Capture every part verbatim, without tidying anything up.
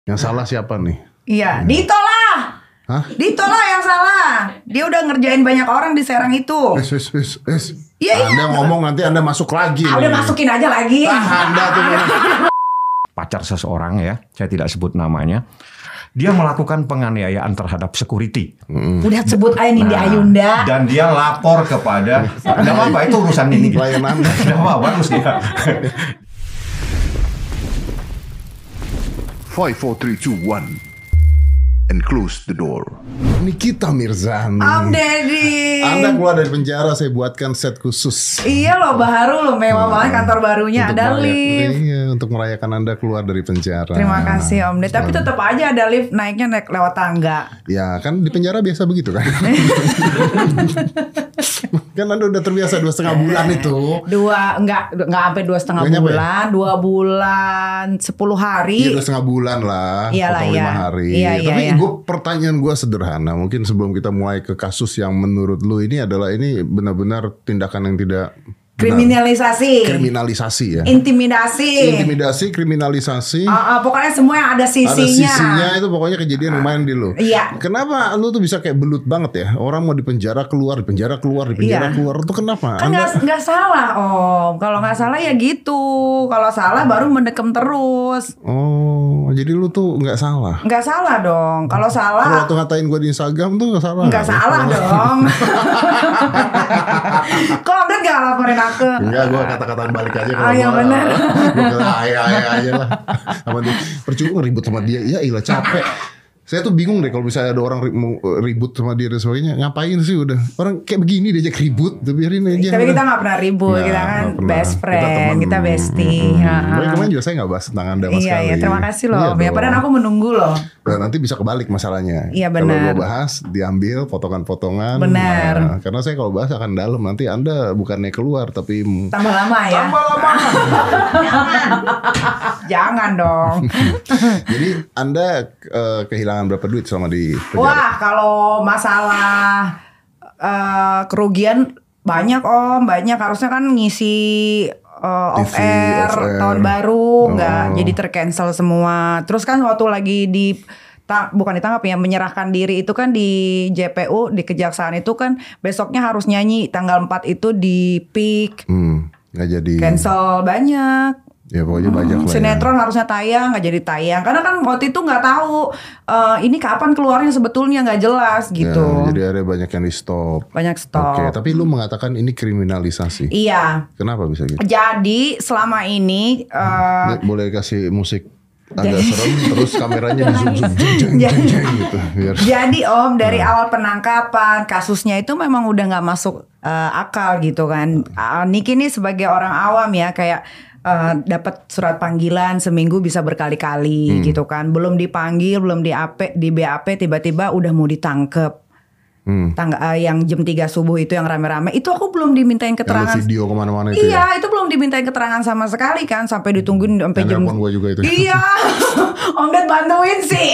Yang salah siapa nih? Iya, Dito lah. Hah? Dito lah yang salah. Dia udah ngerjain banyak orang di Serang itu. Wes, wes, wes, wes. Iya, Anda iya. ngomong nanti Anda masuk lagi. Ah, udah masukin aja lagi. Ah, Anda tuh. Pacar seseorang ya, saya tidak sebut namanya. Dia melakukan penganiayaan terhadap security. Udah sebut aja Nindi Nah, Ayunda. Dan dia lapor kepada, nggak apa-apa itu urusan ini. Pelayanan. Nggak apa-apa, bagus dia. five, four, three, two, one, and close the door. Nikita Mirzani. Om Deddy. Anda keluar dari penjara, saya buatkan set khusus. Iya loh, baru loh, mewah banget kantor barunya. Untuk Ada merayak- lift. Iya, untuk merayakan Anda keluar dari penjara. Terima kasih Om Deddy. Tapi tetap aja ada lift, naiknya naik lewat tangga. Ya kan di penjara biasa begitu kan. Kan Anda udah terbiasa dua setengah bulan itu. Dua, enggak, enggak sampai dua setengah Nggak nyampe ya? bulan, dua bulan, sepuluh hari. Iya dua setengah bulan lah. Iyalah, potong lima iya. hari. Iya, iya, Tapi iya. gue pertanyaan gue sederhana. Mungkin sebelum kita mulai ke kasus yang menurut lu ini adalah ini benar-benar tindakan yang tidak benar. Kriminalisasi, Kriminalisasi ya. intimidasi. Intimidasi, kriminalisasi. Ah, ah, pokoknya semua yang ada sisinya. Ada sisinya itu pokoknya kejadian lumayan di lu. Iya. Kenapa lu tuh bisa kayak belut banget ya? Orang mau di penjara keluar, di penjara keluar, di penjara Iya. keluar. Itu kenapa? Kan Anda- nggak nggak salah Om. Kalau nggak salah ya gitu. Kalau salah baru mendekem terus. Oh, jadi lu tuh nggak salah. Nggak salah dong. Kalau Kalau salah waktu ngatain gue di Instagram tuh nggak salah. nggak salah dong. Kok Om Deddy nggak laporin aku? Enggak, gue kata-kataan balik aja kalau Oh, iya gua- benar. Gua kata, ayah ayah aja lah. Sama dia. Percuma ribut sama dia. Ya ilah capek. Saya tuh bingung deh kalau misalnya ada orang ri- mau ribut sama dia dan sebagainya. Ngapain sih udah? Orang kayak begini diajak ribut, tuh biarin aja. Tapi udah. kita nggak pernah ribut, Nggak, kita kan nggak pernah. best Kita friend, teman. kita, bestie. Hmm, Ha, hmm. ha. Baik, kemarin juga saya nggak bahas tentang Anda sama Iya sekali. iya, terima kasih loh. Iya Ya padahal dong. aku menunggu loh. Dan nanti bisa kebalik masalahnya. Iya, Kalau benar. gue bahas, diambil potongan-potongan. Benar. Nah, karena saya kalau bahas akan dalam. Nanti Anda bukannya keluar, tapi Tambah lama ya. tambah lama. Jangan dong. Jadi Anda eh, kehilangan berapa duit selama di penjara? Wah, kalau masalah eh, kerugian banyak Om, banyak. Harusnya kan ngisi eh, off T V, air off air. tahun baru, nggak Oh. jadi tercancel semua. Terus kan waktu lagi di ta- bukan ditangkap ya, menyerahkan diri itu kan di J P U, di kejaksaan itu kan besoknya harus nyanyi tanggal empat itu di P I K. Hmm, nggak jadi. Cancel banyak. Ya pokoknya banyak lah. Sinetron harusnya tayang, nggak jadi tayang karena kan waktu itu nggak tahu eh, ini kapan keluarnya sebetulnya, nggak jelas Ya. gitu. Ya, jadi ada banyak yang di stop. Banyak stop. Oke, tapi lu mengatakan ini kriminalisasi. Iya. Kenapa bisa gitu? Jadi selama ini eh, Nih, boleh kasih musik agak serem terus kameranya di zoom zoom jeng jeng jeng jeng gitu biar. jadi Om dari Nah. awal penangkapan kasusnya itu memang udah nggak masuk eh, akal gitu kan. Uh, Niki ini sebagai orang awam ya kayak eh, dapat surat panggilan seminggu bisa berkali-kali Hmm. gitu kan. Belum dipanggil, belum di A P, di B A P tiba-tiba udah mau ditangkep. Hmm. Tangga, eh, yang jam tiga subuh itu yang rame-rame itu aku belum dimintain Yang lu keterangan. video kemana-mana itu ya. Iya, itu belum dimintain keterangan sama sekali kan sampai ditungguin sampai Yang jam. nelpon gua juga itu. Iya, Om Ded bantuin sih.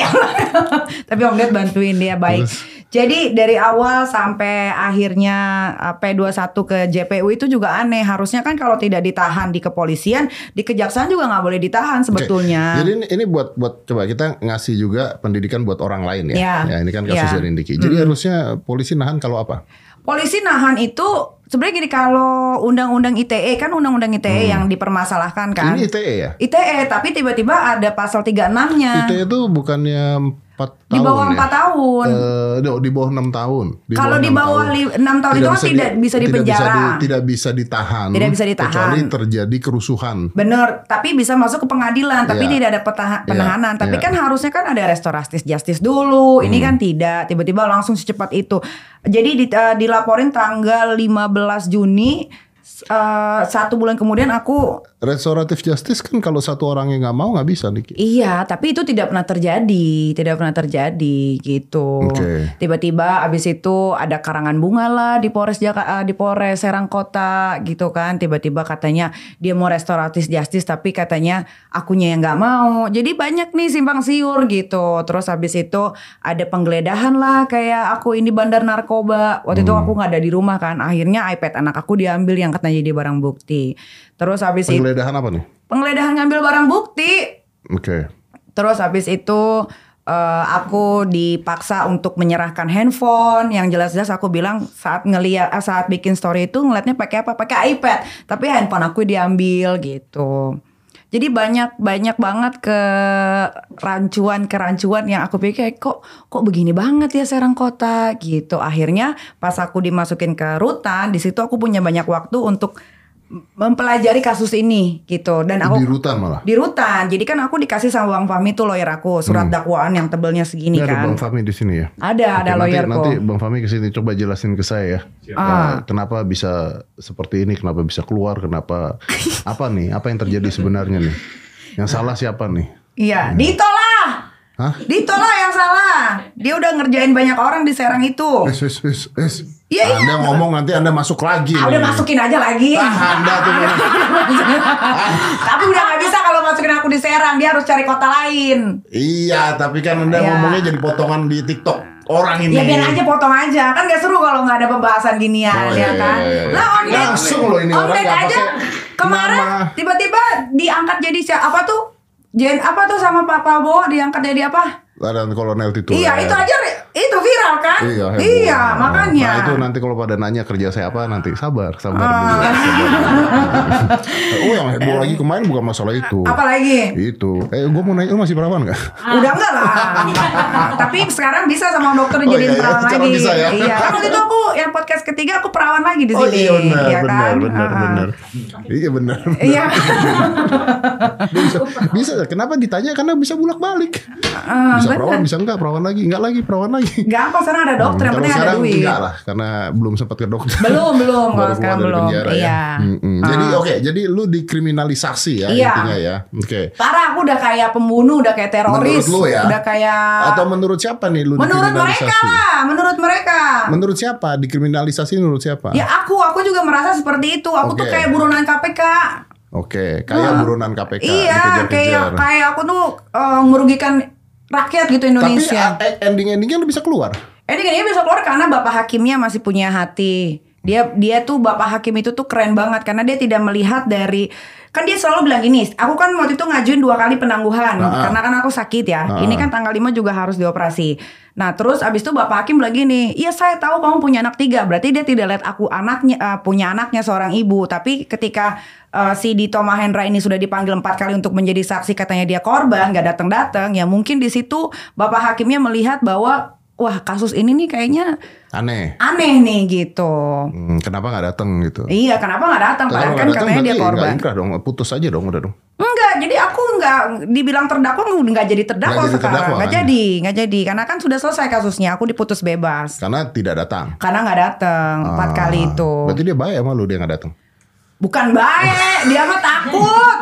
Tapi Om Ded bantuin dia baik. Terus? Jadi dari awal sampai akhirnya eh, P dua puluh satu ke J P U itu juga aneh. Harusnya kan kalau tidak ditahan di kepolisian, di kejaksaan juga nggak boleh ditahan Oke. sebetulnya. Jadi ini, ini buat buat coba kita ngasih juga pendidikan buat orang lain ya. Iya. Ya ini kan kasus Iya. dari Indiki. Jadi harusnya polisi nahan kalau apa? Polisi nahan itu sebenarnya gini, kalau undang-undang I T E kan undang-undang I T E yang dipermasalahkan kan. Hmm. Ini I T E ya? I T E tapi tiba-tiba ada pasal tiga puluh enam-nya. I T E itu bukannya empat tahun Di bawah ya? empat tahun. Eh, no, di bawah enam tahun. Di Kalau di enam bawah tahun. li- enam tahun itu kan tidak bisa Tidak bisa, dipenjara. di- tidak bisa ditahan. Tidak bisa ditahan. Kecuali terjadi kerusuhan. Bener, tapi bisa masuk ke pengadilan, tapi Iya. tidak ada petaha- Iya, penahanan. Tapi iya. kan harusnya kan ada restoratif justice dulu. Ini Hmm. kan tidak, tiba-tiba langsung secepat itu. Jadi di- eh, dilaporin tanggal lima belas Juni, eh, satu bulan kemudian aku. Restoratif justice kan kalau satu orang yang nggak mau nggak bisa nih. Iya, tapi itu tidak pernah terjadi, tidak pernah terjadi gitu. Oke. Tiba-tiba abis itu ada karangan bunga lah di Polres Jakarta, di Polres Serang Kota gitu kan. Tiba-tiba katanya dia mau restoratif justice, tapi katanya akunya yang nggak mau. Jadi banyak nih simpang siur gitu. Terus abis itu ada penggeledahan lah, kayak aku ini bandar narkoba. Waktu itu aku nggak ada di rumah kan. Akhirnya iPad anak aku diambil yang katanya jadi barang bukti. Terus abis itu Penggeledahan apa nih? penggeledahan ngambil barang bukti. Oke. Terus habis itu uh, aku dipaksa untuk menyerahkan handphone. Yang jelas-jelas aku bilang saat ngeliat saat bikin story itu ngeliatnya pakai apa? Pakai iPad. Tapi handphone aku diambil gitu. Jadi banyak banyak banget ke rancuan-kerancuan yang aku pikir kok kok begini banget ya Serang Kota gitu. Akhirnya pas aku dimasukin ke rutan, di situ aku punya banyak waktu untuk mempelajari kasus ini gitu. Dan aku Di rutan malah. Di rutan. Jadi kan aku dikasih sama Bang Fahmi tuh lawyer aku surat hmm. dakwaan yang tebelnya segini Ini kan. ada Bang Fahmi di sini ya. Ada, ada Oke, lawyerku. Nanti, nanti Bang Fahmi kesini coba jelasin ke saya ya. Ah. Nah, kenapa bisa seperti ini, kenapa bisa keluar, kenapa apa nih, apa yang terjadi sebenarnya nih? Yang salah siapa nih? Iya, Dito lah. Hah? Dito lah yang salah. Dia udah ngerjain banyak orang di Serang itu. Es, es, es, es. Iya, iya. Anda ngomong nanti Anda masuk lagi. Ah, udah masukin aja lagi. Ah, Anda tuh. Tapi udah gak bisa kalau masukin aku di Serang. Dia harus cari kota lain. Iya, tapi kan Anda Iya. ngomongnya jadi potongan di TikTok orang ini. Ya biar aja potong aja. Kan gak seru kalau gak ada pembahasan ginian. Oh, ya iya, kan iya, iya. Lah on date, Langsung loh ini on orang date gak aja pakai kemarin nama. tiba-tiba diangkat jadi siapa apa tuh Jen apa tuh sama Pak Prabowo diangkat jadi apa? Dan Kolonel Tito. Iya itu aja itu viral kan? Iya, heboh. Iya makanya. Nah itu nanti kalau pada nanya kerja saya apa nanti sabar, sabar Ah. dulu. Sabar. Oh yang heboh lagi kemarin bukan masalah itu. Apa lagi? Itu. Eh gue mau nanya lu masih perawan nggak? Udah enggak lah. Tapi sekarang bisa sama dokter Oh, jadiin iya, iya. perawan Sekarang lagi. bisa ya? Iya. Kan waktu itu aku yang podcast ketiga aku perawan lagi di Oh sini. iya benar, ya benar, kan? benar, Ah. benar. Iya benar. Iya. bisa, bisa. Kenapa ditanya? Karena bisa bolak balik. Ah, Bisa benar. perawan, bisa enggak, perawan lagi, enggak lagi, perawan lagi. Gampang sekarang ada dokter yang Kalau penting ada sekarang duit. enggak lah, karena belum sempat ke dokter. Belum, belum. Kalau Baru keluar sekarang dari belum. penjara ya. Iya. Mm-mm. Jadi Ah. oke, jadi lu dikriminalisasi ya Iya. intinya ya. Oke. Parah aku udah kayak pembunuh, udah kayak teroris. Menurut lu ya? Udah kayak Atau menurut siapa nih lu menurut dikriminalisasi? mereka lah, menurut mereka. Menurut siapa? Dikriminalisasi menurut siapa? Ya aku, aku juga merasa seperti itu. Aku tuh Oke. kayak buronan K P K. Oke, kayak Ah. buronan K P K Iya, dikejar-kejar. kayak kayak aku tuh eh, merugikan rakyat gitu Indonesia. Tapi eh, ending-endingnya lu bisa keluar. Ini kan dia bisa keluar karena bapak hakimnya masih punya hati. Dia dia tuh bapak hakim itu tuh keren banget karena dia tidak melihat dari kan dia selalu bilang gini, aku kan waktu itu ngajuin dua kali penangguhan Ah, ah. karena kan aku sakit ya. Ah, Ini ah. kan tanggal lima juga harus dioperasi. Nah, terus abis itu bapak hakim bilang gini, "Iya, saya tahu kamu punya anak tiga." Berarti dia tidak lihat aku anaknya eh, punya anaknya seorang ibu, tapi ketika eh, si Dito Mahendra ini sudah dipanggil empat kali untuk menjadi saksi katanya dia korban, nggak datang-datang, ya mungkin di situ bapak hakimnya melihat bahwa wah kasus ini nih kayaknya Aneh. aneh nih gitu. Hmm, kenapa nggak datang gitu? Iya, kenapa nggak datang? Kalau Padahal nggak kan datang katanya dia berarti korban. nggak inkrah dong, putus aja dong, udah dong. Enggak, jadi aku nggak dibilang terdakwa nggak jadi terdakwa Nggak jadi sekarang. terdakwa, Nggak kan? jadi, nggak jadi karena kan sudah selesai kasusnya. Aku diputus bebas Karena tidak datang. karena nggak datang empat Ah, kali itu. Berarti dia baik sama lu dia nggak datang. Bukan baik, dia mah takut.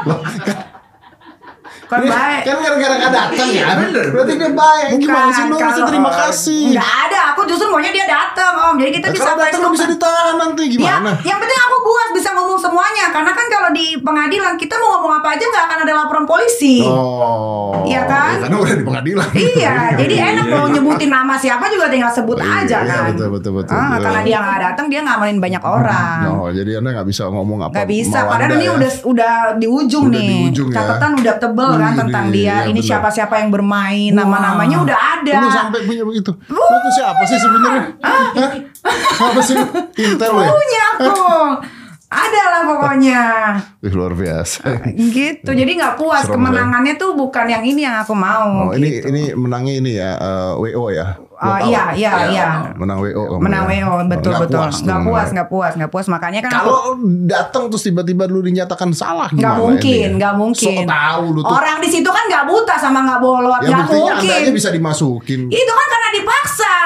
Bukan baik. Kan gara-gara nggak datang ya. Berarti dia baik. Gimana sih lu harus kalau- terima kasih. Nggak ada, aku justru maunya dia datang Om. Jadi kita Nah, bisa kalau datang lu face bisa to- ditahan nanti gimana? Ya, yang penting aku puas bisa ngomong semuanya. Karena kan kalau di pengadilan kita mau ngomong apa aja nggak akan ada laporan polisi. Oh. Iya kan? Ya, karena udah di pengadilan. Iya, jadi enak mau nyebutin nama siapa juga tinggal sebut Oh, iya, aja iya, kan. betul, betul, betul. Ah, karena dia nggak datang, dia ngamanin banyak orang. Oh, jadi Anda nggak bisa ngomong apa Nggak bisa, mau padahal Anda ini ya. udah udah di ujung Udah nih. di ujung ya. Catatan udah tebel kan Wih, tentang iya, dia. iya, Ini benar. siapa-siapa yang bermain, nama-namanya udah ada. Lu sampai punya begitu. Lu tuh siapa sih sebenarnya? Hah? Apa sih? Intel ya? Punya aku. Ada lah pokoknya. Ih, luar biasa. Gitu. Jadi nggak puas. Serem, Kemenangannya tuh bukan yang ini yang aku mau. Oh, ini gitu. ini menangnya ini ya eh, W O ya. Oh, Lokal. iya, iya, iya. Menang W O. kamu Menang W ya. O, betul Nggak betul. puas tuh Nggak menang. puas, nggak puas, nggak puas. Makanya kan aku Kalau datang terus tiba-tiba lu dinyatakan salah gimana? nggak mungkin, ini? nggak mungkin. So tahu lu tuh. Orang di situ kan nggak buta sama nggak bolot, Ya nggak buktinya mungkin. Anda aja bisa dimasukin. Itu kan karena dipaksa.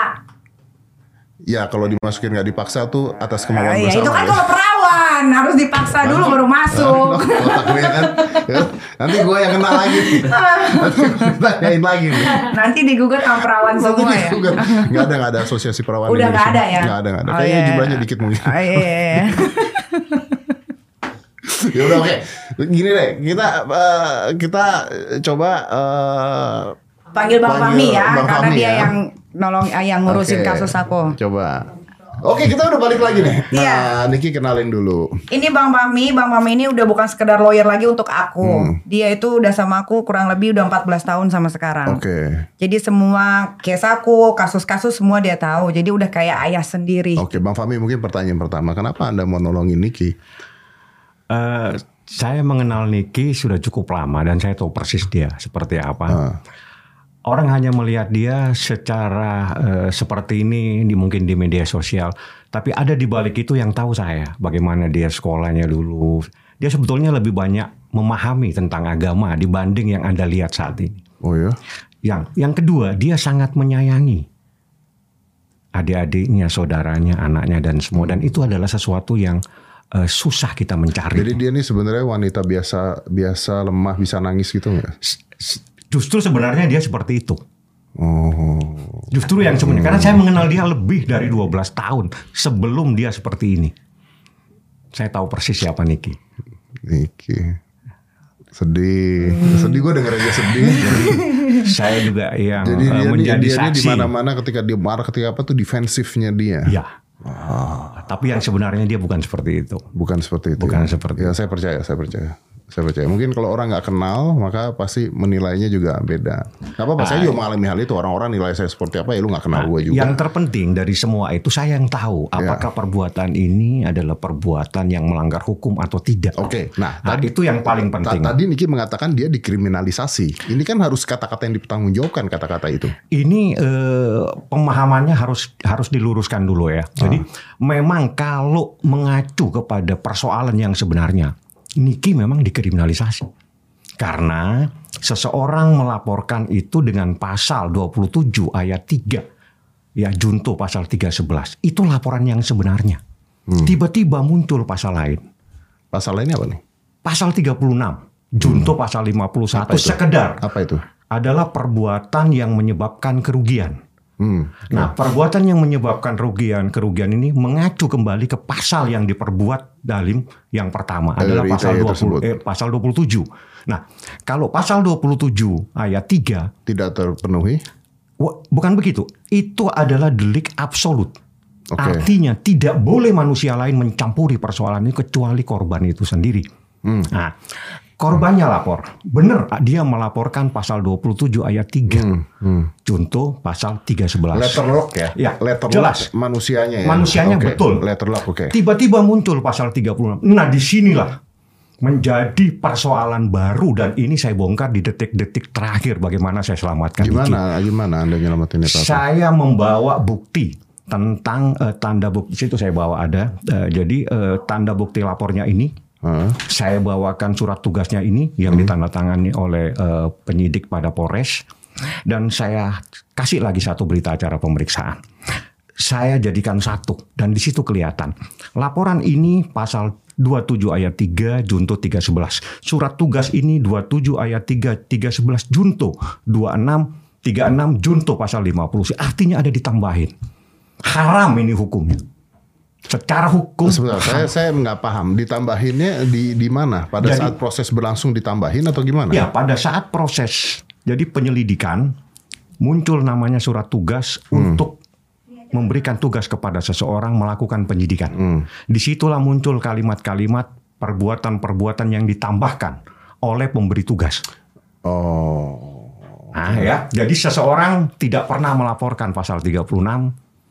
Ya kalau dimasukin nggak dipaksa tuh atas kemauan Ah, iya, bersama. itu kan ya. kalau perawan harus dipaksa dulu baru masuk. Otak gue kan. Ya, nanti gue yang kena lagi. Nanti gue tanyain lagi nih. Nanti digugat sama perawan Nanti semua ya. juga nggak ada nggak ada asosiasi perawan. Udah nggak Indonesia. ada ya? Nggak ada nggak ada. Oh, Kayaknya iya, iya. jumlahnya dikit mungkin. Oh, iya, iya, iya. Ya udah oke. Gini deh, kita eh, kita coba eh, Panggil Bang Panggil Fahmi ya, Bang karena Fahmi dia ya. yang nolong, yang ngurusin oke. kasus aku. Coba. Oke, kita udah balik lagi nih. Nah, Iya. Niki kenalin dulu. Ini Bang Fahmi, Bang Fahmi ini udah bukan sekedar lawyer lagi untuk aku. Dia itu udah sama aku kurang lebih udah empat belas tahun sama sekarang. Oke. Jadi semua case aku, kasus-kasus semua dia tahu. Jadi udah kayak ayah sendiri. Oke, Bang Fahmi, mungkin pertanyaan pertama, kenapa Anda mau nolongin Niki? Eh, saya mengenal Niki sudah cukup lama dan saya tahu persis dia seperti apa. Ah. Orang hanya melihat dia secara eh, seperti ini di mungkin di media sosial, tapi ada di balik itu yang tahu saya bagaimana dia sekolahnya dulu. Dia sebetulnya lebih banyak memahami tentang agama dibanding yang Anda lihat saat ini. Oh ya? Yang yang kedua, dia sangat menyayangi adik-adiknya, saudaranya, anaknya dan semua, dan itu adalah sesuatu yang eh, susah kita mencari. Jadi dia nih sebenarnya wanita biasa biasa lemah bisa nangis gitu nggak? S- s- Justru sebenarnya dia seperti itu. Oh. Justru yang sebenarnya, karena saya mengenal dia lebih dari dua belas tahun sebelum dia seperti ini. Saya tahu persis siapa Niki. Niki. Sedih. Sedih, gue dengerin dia sedih. Saya juga yang Jadi eh, dia nih, menjadi dia nih di saksi. mana-mana ketika dia marah, ketika apa tuh defensifnya dia. Ya. Tapi yang sebenarnya dia bukan seperti itu. Bukan seperti itu. Bukan ya? seperti Ya, saya percaya, saya percaya. Saya percaya. Mungkin kalau orang nggak kenal, maka pasti menilainya juga beda. Gak apa-apa, saya juga mengalami hal itu. Orang-orang nilai saya seperti apa, ya lu nggak kenal gue juga. Yang terpenting dari semua itu saya yang tahu apakah perbuatan ini adalah perbuatan yang melanggar hukum atau tidak. Oke, nah, Nah, tadi itu yang paling ta- penting. tadi Niki mengatakan dia dikriminalisasi. Ini kan harus kata-kata yang dipertanggungjawabkan, kata-kata itu. Ini eh, pemahamannya harus harus diluruskan dulu ya. Jadi memang kalau mengacu kepada persoalan yang sebenarnya, Niki memang dikriminalisasi. Karena seseorang melaporkan itu dengan pasal dua puluh tujuh ayat tiga. Ya, junto pasal tiga sebelas. Itu laporan yang sebenarnya. Tiba-tiba muncul pasal lain. Pasal lainnya apa nih? Pasal tiga puluh enam. Junto pasal lima puluh satu Apa itu? sekedar Apa itu? adalah perbuatan yang menyebabkan kerugian. Hmm. Nah, perbuatan yang menyebabkan kerugian, kerugian ini mengacu kembali ke pasal yang diperbuat dalim yang pertama adalah Dari pasal I T E dua puluh tersebut. eh, pasal dua puluh tujuh. Nah, kalau pasal dua puluh tujuh ayat tiga, Tidak terpenuhi. wa- bukan begitu. Itu adalah delik absolut. Oke. Artinya tidak boleh manusia lain mencampuri persoalan ini kecuali korban itu sendiri. Hmm. Nah, korbannya lapor. Benar, dia melaporkan pasal dua puluh tujuh ayat tiga. Hmm. Junto pasal tiga sebelas. Letterlock ya? Ya, Letterlock jelas. manusianya ya? Manusianya, Oke. betul. Letterlock, oke. Tiba-tiba muncul pasal tiga puluh enam. Nah, disinilah menjadi persoalan baru, dan ini saya bongkar di detik-detik terakhir bagaimana saya selamatkan Niki. Gimana, gimana Anda nyelamatin itu? Saya membawa bukti tentang eh, tanda bukti, situ saya bawa ada. Eh, jadi eh, tanda bukti lapornya ini, Hah? saya bawakan surat tugasnya ini yang ditandatangani oleh eh, penyidik pada Polres, dan saya kasih lagi satu berita acara pemeriksaan. Saya jadikan satu, dan di situ kelihatan laporan ini pasal dua puluh tujuh ayat tiga junto tiga sebelas. Surat tugas ini dua puluh tujuh ayat tiga, tiga sebelas junto dua puluh enam, tiga puluh enam junto pasal lima puluh. Artinya ada ditambahin. Haram ini hukumnya. Secara hukum. Sebentar, saya saya nggak paham. Ditambahinnya di di mana? Pada Jadi- saat proses berlangsung ditambahin atau gimana? Ya, pada saat proses jadi penyelidikan muncul namanya surat tugas untuk memberikan tugas kepada seseorang melakukan penyidikan. Disitulah muncul kalimat-kalimat perbuatan-perbuatan yang ditambahkan oleh pemberi tugas. Oh. Nah, ya, jadi seseorang tidak pernah melaporkan pasal tiga puluh enam.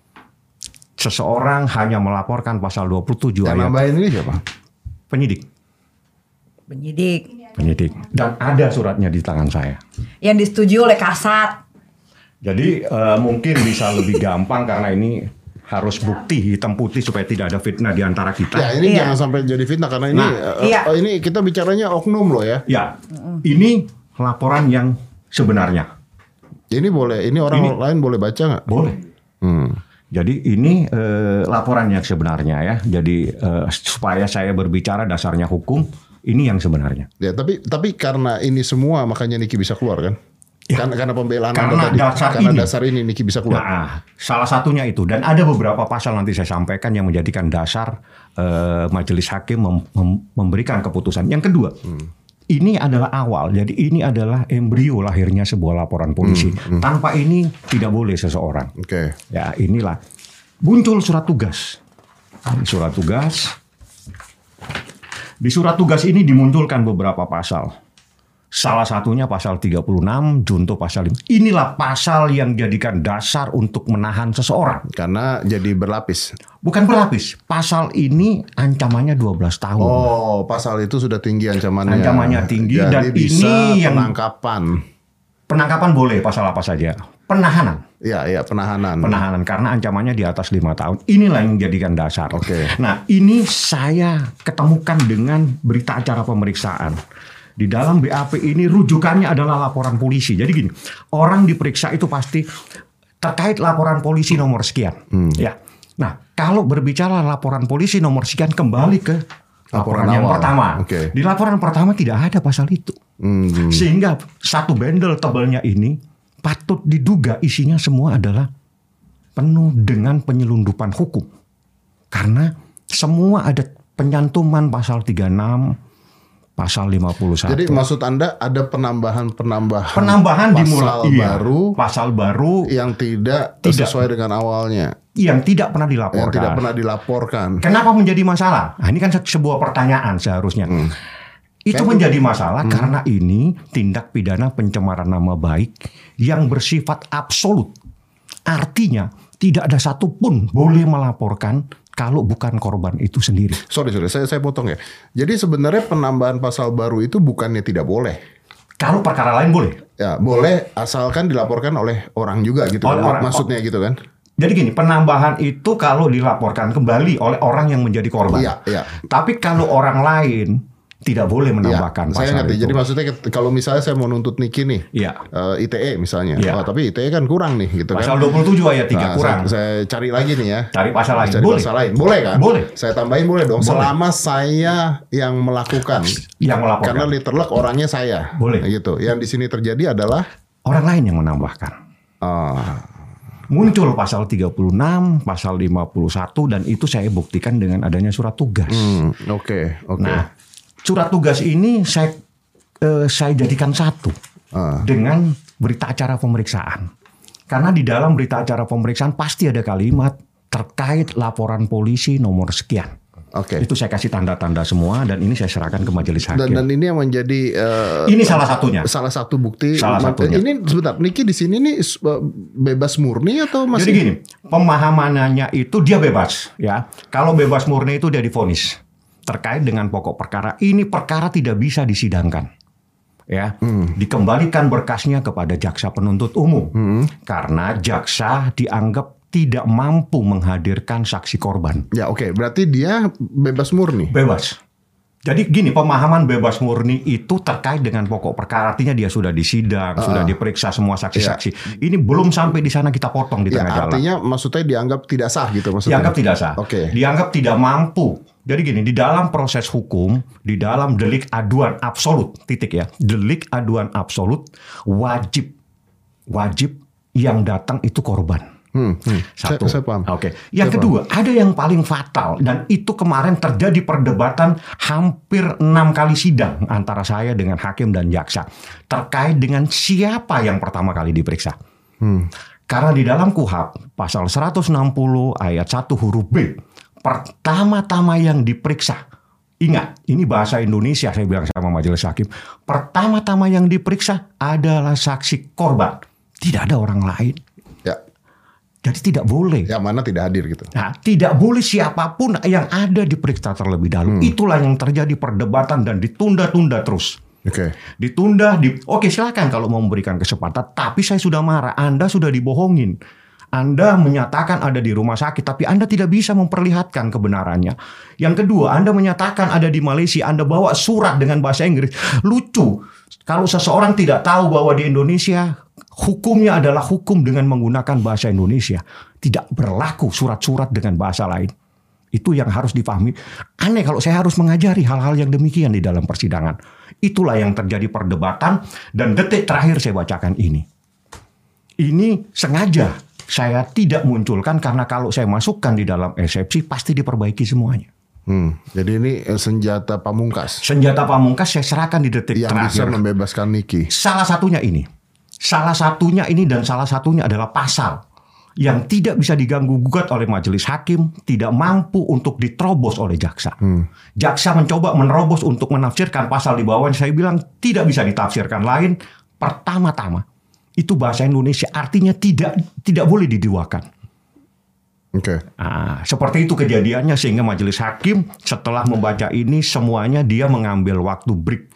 Seseorang hanya melaporkan pasal dua puluh tujuh Yang ayat nambahin ini siapa? penyidik. Penyidik. Penyidik. Dan ada suratnya di tangan saya. Yang disetujui oleh Kasat. Jadi eh, mungkin bisa lebih gampang karena ini harus bukti hitam putih supaya tidak ada fitnah di antara kita. Ya ini Iya. jangan sampai jadi fitnah karena ini Nah, eh, iya. eh, ini kita bicaranya oknum loh ya. Ya, ini laporan yang sebenarnya. Ini boleh, ini orang Ini- lain boleh baca nggak? Boleh. Hmm. Jadi ini eh, laporan yang sebenarnya ya. Jadi eh, supaya saya berbicara dasarnya hukum, ini yang sebenarnya. Ya tapi tapi karena ini semua makanya Niki bisa keluar kan? Ya. Karena, karena pembelaan Karena Anda tadi. dasar karena ini. dasar ini Niki bisa keluar. Nah, salah satunya itu, dan ada beberapa pasal nanti saya sampaikan yang menjadikan dasar eh, majelis hakim mem- mem- memberikan keputusan. Yang kedua, ini adalah awal. Jadi ini adalah embrio lahirnya sebuah laporan polisi. Tanpa ini tidak boleh seseorang. Oke. Ya, inilah muncul surat tugas. Surat tugas. Di surat tugas ini dimunculkan beberapa pasal. Salah satunya pasal tiga puluh enam, junto pasal lima. Inilah pasal yang dijadikan dasar untuk menahan seseorang. Karena jadi berlapis. Bukan berlapis. Pasal ini ancamannya dua belas tahun. Oh, pasal itu sudah tinggi ancamannya. Ancamannya tinggi. Jadi Dan bisa ini yang penangkapan. Penangkapan boleh pasal apa saja. Penahanan. Iya, iya, penahanan. Penahanan karena ancamannya di atas lima tahun. Inilah yang dijadikan dasar. Oke. Nah, ini saya ketemukan dengan berita acara pemeriksaan. Di dalam B A P ini rujukannya adalah laporan polisi. Jadi gini, orang diperiksa itu pasti terkait laporan polisi nomor sekian. Hmm. Ya. Nah, kalau berbicara laporan polisi nomor sekian, kembali ke laporan, laporan yang awal. Pertama. Okay. Di laporan pertama tidak ada pasal itu. Hmm. Sehingga satu bendel tebalnya ini patut diduga isinya semua adalah penuh dengan penyelundupan hukum. Karena semua ada penyantuman pasal tiga puluh enam, pasal lima puluh satu. Jadi maksud Anda ada penambahan-penambahan penambahan pasal dimulai, iya, baru, pasal baru yang tidak, tidak sesuai dengan awalnya, yang tidak pernah dilaporkan. Yang tidak pernah dilaporkan. Kenapa menjadi masalah? Nah, ini kan sebuah pertanyaan seharusnya. Hmm. Itu Kayak menjadi masalah hmm. karena ini tindak pidana pencemaran nama baik yang bersifat absolut. Artinya tidak ada satupun boleh melaporkan kalau bukan korban itu sendiri. Sorry, sorry, saya, saya potong ya. Jadi sebenarnya penambahan pasal baru itu bukannya tidak boleh. Kalau perkara lain boleh. Ya, boleh asalkan dilaporkan oleh orang juga gitu. Oleh kan? Orang, Maksudnya gitu kan. Jadi gini, penambahan itu kalau dilaporkan kembali oleh orang yang menjadi korban. Iya, iya. Tapi kalau orang lain tidak boleh menambahkan ya, pasal saya ngerti. itu. Jadi maksudnya kalau misalnya saya mau nuntut Niki nih, ya. uh, I T E misalnya, ya. oh, tapi I T E kan kurang nih, gitu pasal kan. Pasal dua puluh tujuh ayat tiga nah, kurang. Saya, saya cari lagi nih ya. Cari pasal lain. Cari boleh. pasal lain. Boleh kan? Boleh. Saya tambahin boleh dong. Boleh. Selama saya yang melakukan. Yang melaporkan. Karena literally orangnya saya. Boleh. Gitu. Yang di sini terjadi adalah orang lain yang menambahkan. Oh. Muncul pasal tiga puluh enam, pasal lima puluh satu, dan itu saya buktikan dengan adanya surat tugas. Oke, hmm, oke. Okay, okay. Nah, surat tugas ini saya eh, saya jadikan satu uh. dengan berita acara pemeriksaan. Karena di dalam berita acara pemeriksaan pasti ada kalimat terkait laporan polisi nomor sekian. Oke. Okay. Itu saya kasih tanda-tanda semua dan ini saya serahkan ke majelis hakim. Dan, dan ini yang menjadi uh, ini salah satunya. Salah satu bukti. Salah satunya. Ini sebentar, Niki di sini nih bebas murni atau masih? Jadi gini, pemahamannya itu dia bebas, ya. Kalau bebas murni itu dia divonis terkait dengan pokok perkara. Ini perkara tidak bisa disidangkan, ya. Hmm. Dikembalikan berkasnya kepada jaksa penuntut umum hmm. karena jaksa dianggap tidak mampu menghadirkan saksi korban. Ya oke, okay. Berarti dia bebas murni. Bebas. Jadi gini, pemahaman bebas murni itu terkait dengan pokok perkara. Artinya dia sudah disidang, uh, sudah diperiksa semua saksi-saksi. Yeah. Ini belum sampai di sana kita potong di tengah ya, jalan. Artinya maksudnya dianggap tidak sah gitu maksudnya. Dianggap tidak sah. Oke. Okay. Dianggap tidak mampu. Jadi gini, di dalam proses hukum, di dalam delik aduan absolut, titik ya. Delik aduan absolut wajib wajib yang datang itu korban. Hmm, hmm. Satu. Saya, saya paham. Oke. Yang saya kedua, paham. ada yang paling fatal dan itu kemarin terjadi perdebatan hampir enam kali sidang antara saya dengan hakim dan jaksa terkait dengan siapa yang pertama kali diperiksa. Hmm. Karena di dalam K U H A P pasal seratus enam puluh ayat satu huruf B, pertama-tama yang diperiksa. Ingat, ini bahasa Indonesia saya bilang sama majelis hakim. Pertama-tama yang diperiksa adalah saksi korban. Tidak ada orang lain. Ya. Jadi tidak boleh. Yang mana tidak hadir gitu. Nah, tidak boleh siapapun yang ada diperiksa terlebih dahulu. Hmm. Itulah yang terjadi perdebatan dan ditunda-tunda terus. Oke. Okay. Ditunda. Di, Oke silakan kalau mau memberikan kesempatan. Tapi saya sudah marah. Anda sudah dibohongin. Anda menyatakan ada di rumah sakit, tapi Anda tidak bisa memperlihatkan kebenarannya. Yang kedua, Anda menyatakan ada di Malaysia. Anda bawa surat dengan bahasa Inggris. Lucu. Kalau seseorang tidak tahu bahwa di Indonesia hukumnya adalah hukum dengan menggunakan bahasa Indonesia. Tidak berlaku surat-surat dengan bahasa lain. Itu yang harus dipahami. Aneh kalau saya harus mengajari hal-hal yang demikian di dalam persidangan. Itulah yang terjadi perdebatan. Dan detik terakhir saya bacakan ini. Ini sengaja saya tidak munculkan karena kalau saya masukkan di dalam eksepsi pasti diperbaiki semuanya. Hmm, jadi ini senjata pamungkas. Senjata pamungkas saya serahkan di detik yang terakhir. Yang bisa membebaskan Niki. Salah satunya ini. Salah satunya ini dan salah satunya adalah pasal yang tidak bisa diganggu gugat oleh majelis hakim, tidak mampu untuk diterobos oleh jaksa. Hmm. Jaksa mencoba menerobos untuk menafsirkan pasal di bawahnya, saya bilang tidak bisa ditafsirkan lain. Pertama-tama itu bahasa Indonesia, artinya tidak tidak boleh diduakan. Oke. Okay. Nah, seperti itu kejadiannya, sehingga majelis hakim setelah membaca ini semuanya dia mengambil waktu break.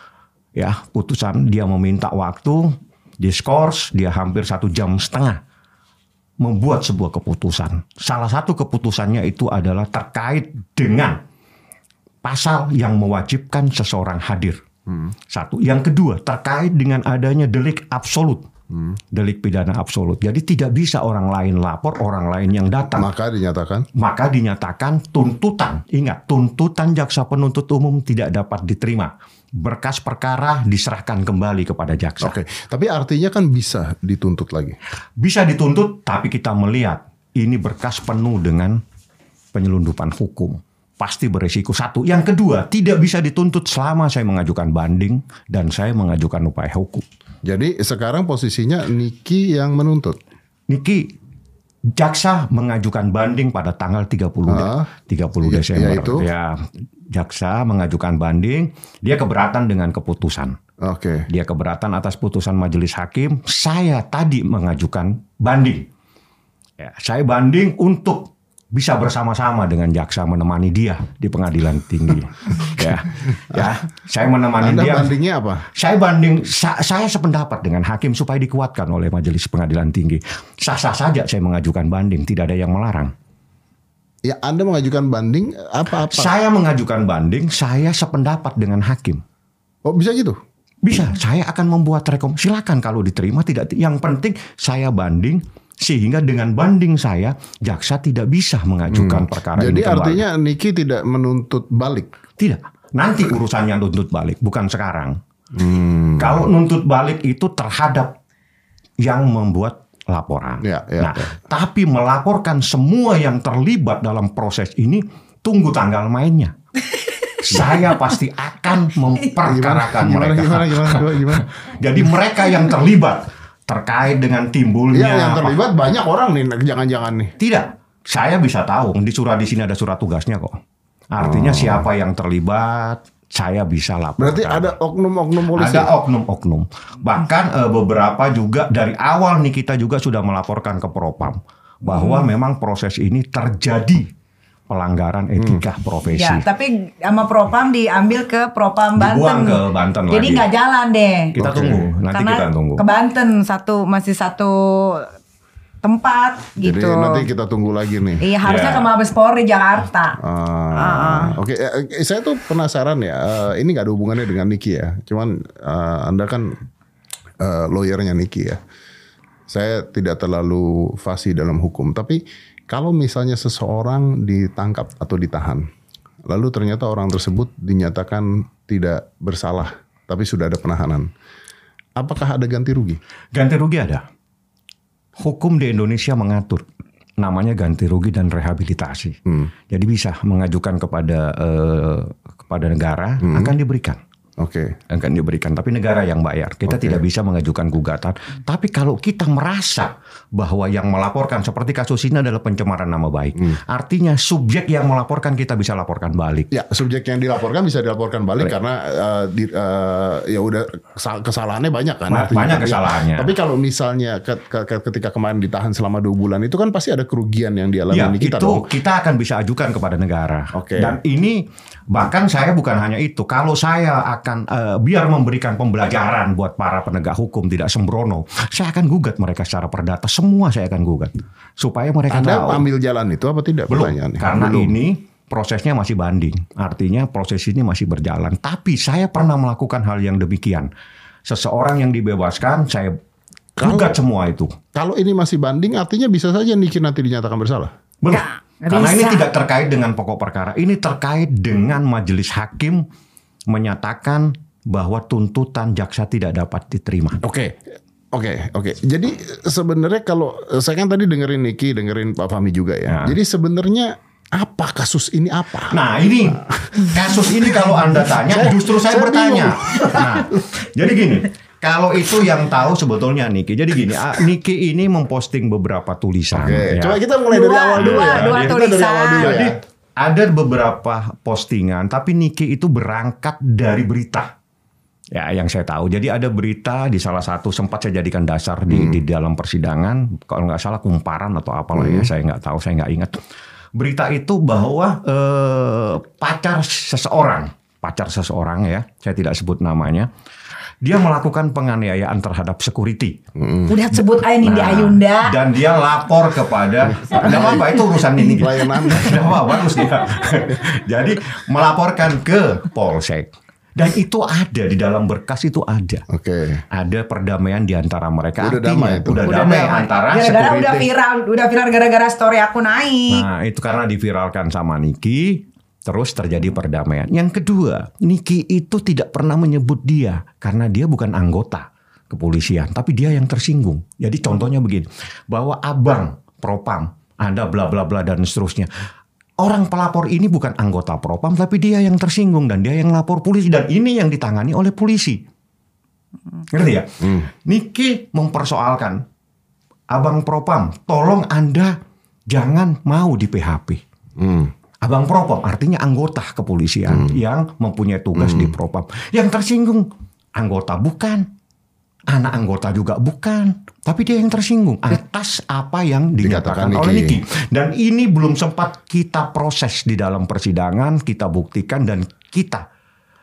Ya, putusan dia meminta waktu, diskors dia hampir satu jam setengah membuat sebuah keputusan. Salah satu keputusannya itu adalah terkait dengan pasal yang mewajibkan seseorang hadir. Hmm. Satu. Yang kedua, terkait dengan adanya delik absolut. Hmm. Delik pidana absolut. Jadi tidak bisa orang lain lapor, orang lain yang datang. Maka dinyatakan? Maka dinyatakan tuntutan. Ingat, tuntutan jaksa penuntut umum tidak dapat diterima. Berkas perkara diserahkan kembali kepada jaksa. Oke, tapi artinya kan bisa dituntut lagi. Bisa dituntut, tapi kita melihat ini berkas penuh dengan penyelundupan hukum. Pasti beresiko. Satu. Yang kedua, tidak bisa dituntut selama saya mengajukan banding dan saya mengajukan upaya hukum. Jadi sekarang posisinya Niki yang menuntut. Niki, jaksa mengajukan banding pada tanggal tiga puluh, ah, tiga puluh ya, Desember. Ya, itu. Ya, jaksa mengajukan banding, dia keberatan dengan keputusan. Oke. Dia keberatan atas putusan majelis hakim. Saya tadi mengajukan banding. Ya, saya banding untuk bisa bersama-sama dengan jaksa menemani dia di pengadilan tinggi. ya, ya, saya menemani Anda dia. bandingnya apa? Saya banding, sa saya sependapat dengan hakim supaya dikuatkan oleh majelis pengadilan tinggi. Sah-sah saja saya mengajukan banding, tidak ada yang melarang. Ya, Anda mengajukan banding apa-apa? Saya mengajukan banding, saya sependapat dengan hakim. Oh, bisa gitu? Bisa, saya akan membuat rekom. Silakan kalau diterima, tidak. Yang penting saya banding, sehingga dengan banding saya, jaksa tidak bisa mengajukan hmm. perkara Jadi ini kembali. Artinya Niki tidak menuntut balik? Tidak. Nanti urusannya nuntut balik, bukan sekarang. Hmm. Kalau nuntut balik itu terhadap yang membuat laporan. Ya, ya, nah, ya. tapi melaporkan semua yang terlibat dalam proses ini, tunggu tanggal mainnya. Saya pasti akan memperkarakan gimana, mereka. Gimana, gimana, gimana, gimana? Jadi mereka yang terlibat terkait dengan timbulnya. Ya, yang terlibat apa? Banyak orang nih, jangan-jangan nih. Tidak, saya bisa tahu. Di surat di sini ada surat tugasnya kok. Artinya oh. siapa yang terlibat, saya bisa laporkan. Berarti ada oknum-oknum polisi? Ada oknum-oknum. Bahkan eh, beberapa juga dari awal nih kita juga sudah melaporkan ke Propam bahwa hmm. memang proses ini terjadi pelanggaran etika hmm. profesi. Ya, tapi sama Propam diambil ke Propam Banten. Dibuang ke Banten Jadi lagi. nggak jalan deh. Kita okay. tunggu, nanti Karena kita tunggu. Ke Banten satu masih satu tempat Jadi gitu. Jadi nanti kita tunggu lagi nih. Iya, harusnya yeah. ke Mabes Polri Jakarta. Uh, uh. Oke, okay. eh, saya tuh penasaran ya. Uh, ini nggak ada hubungannya dengan Niki ya. Cuman uh, Anda kan uh, lawyernya Niki ya. Saya tidak terlalu fasih dalam hukum, tapi kalau misalnya seseorang ditangkap atau ditahan, lalu ternyata orang tersebut dinyatakan tidak bersalah, tapi sudah ada penahanan, apakah ada ganti rugi? Ganti rugi ada. Hukum di Indonesia mengatur, namanya ganti rugi dan rehabilitasi. Hmm. Jadi bisa mengajukan kepada uh, kepada negara, hmm. akan diberikan. Oke. Okay. Akan diberikan, tapi negara yang bayar. Kita okay. tidak bisa mengajukan gugatan. Tapi kalau kita merasa bahwa yang melaporkan seperti kasus ini adalah pencemaran nama baik, hmm. artinya subjek yang melaporkan kita bisa laporkan balik. Ya, subjek yang dilaporkan bisa dilaporkan balik Baik. karena uh, di, uh, ya udah kesalahannya banyak kan. Ba banyak kesalahannya. Tapi kalau misalnya ke, ke, ketika kemarin ditahan selama dua bulan itu kan pasti ada kerugian yang dialami ya, kita itu dong. Kita akan bisa ajukan kepada negara. Okay. Dan ini bahkan saya bukan hanya itu. Kalau saya akan Uh, biar memberikan pembelajaran buat para penegak hukum tidak sembrono, saya akan gugat mereka secara perdata. Semua saya akan gugat supaya mereka Anda tahu. ambil jalan itu apa tidak? Belum, karena Belum. ini prosesnya masih banding. Artinya proses ini masih berjalan. Tapi saya pernah melakukan hal yang demikian. Seseorang yang dibebaskan, saya gugat semua itu. Kalau ini masih banding, artinya bisa saja Niki nanti dinyatakan bersalah. Belum. Ya, karena bisa. ini tidak terkait dengan pokok perkara. Ini terkait dengan majelis hakim menyatakan bahwa tuntutan jaksa tidak dapat diterima. Oke, okay. oke, okay. oke. Okay. Jadi sebenarnya kalau saya kan tadi dengerin Niki, dengerin Pak Fahmi juga ya. Nah. Jadi sebenarnya apa kasus ini apa? Nah ini kasus ini kalau Anda tanya, saya, justru saya, saya bertanya. Nah, jadi gini, Kalau itu yang tahu sebetulnya Niki. Jadi gini, ah, Niki ini memposting beberapa tulisan. Oke, ya. coba kita mulai dari Dua, awal dulu dua, ya. dua Kita dari tulisan. awal dulu Jadi ya. ada beberapa postingan, tapi Niki itu berangkat dari berita. Ya, yang saya tahu. Jadi ada berita di salah satu sempat saya jadikan dasar di, Hmm. di dalam persidangan. Kalau nggak salah kumparan atau apalah Hmm. ya, saya nggak tahu, saya nggak ingat. Berita itu bahwa eh, pacar seseorang, pacar seseorang ya, saya tidak sebut namanya. Dia melakukan penganiayaan terhadap security. Udah sebut aja Nindi Nah, Ayunda. Dan dia lapor kepada, tidak apa-apa itu urusan ini. Pelayanan. Tidak apa-apa, bagus dia. Jadi melaporkan ke Polsek. Dan itu ada di dalam berkas itu ada. Oke. Ada perdamaian di antara mereka. Udah Artinya, damai itu. Udah, Udah damai damai. antara Gara-gara security. udah viral, udah viral gara-gara story aku naik. Nah itu karena diviralkan sama Niki. Terus terjadi perdamaian. Yang kedua, Niki itu tidak pernah menyebut dia karena dia bukan anggota kepolisian, tapi dia yang tersinggung. Jadi contohnya begini, bahwa abang propam, Anda bla bla bla dan seterusnya. Orang pelapor ini bukan anggota propam, tapi dia yang tersinggung dan dia yang lapor polisi dan ini yang ditangani oleh polisi. Ngerti ya? Hmm. Niki mempersoalkan, abang propam, tolong Anda jangan mau di P H P. Hmm. Abang propam artinya anggota kepolisian yang mempunyai tugas di propam. Yang tersinggung anggota bukan, anak anggota juga bukan, tapi dia yang tersinggung atas apa yang dinyatakan Dikatakan oleh Niki. Niki. Dan ini belum sempat kita proses di dalam persidangan, kita buktikan dan kita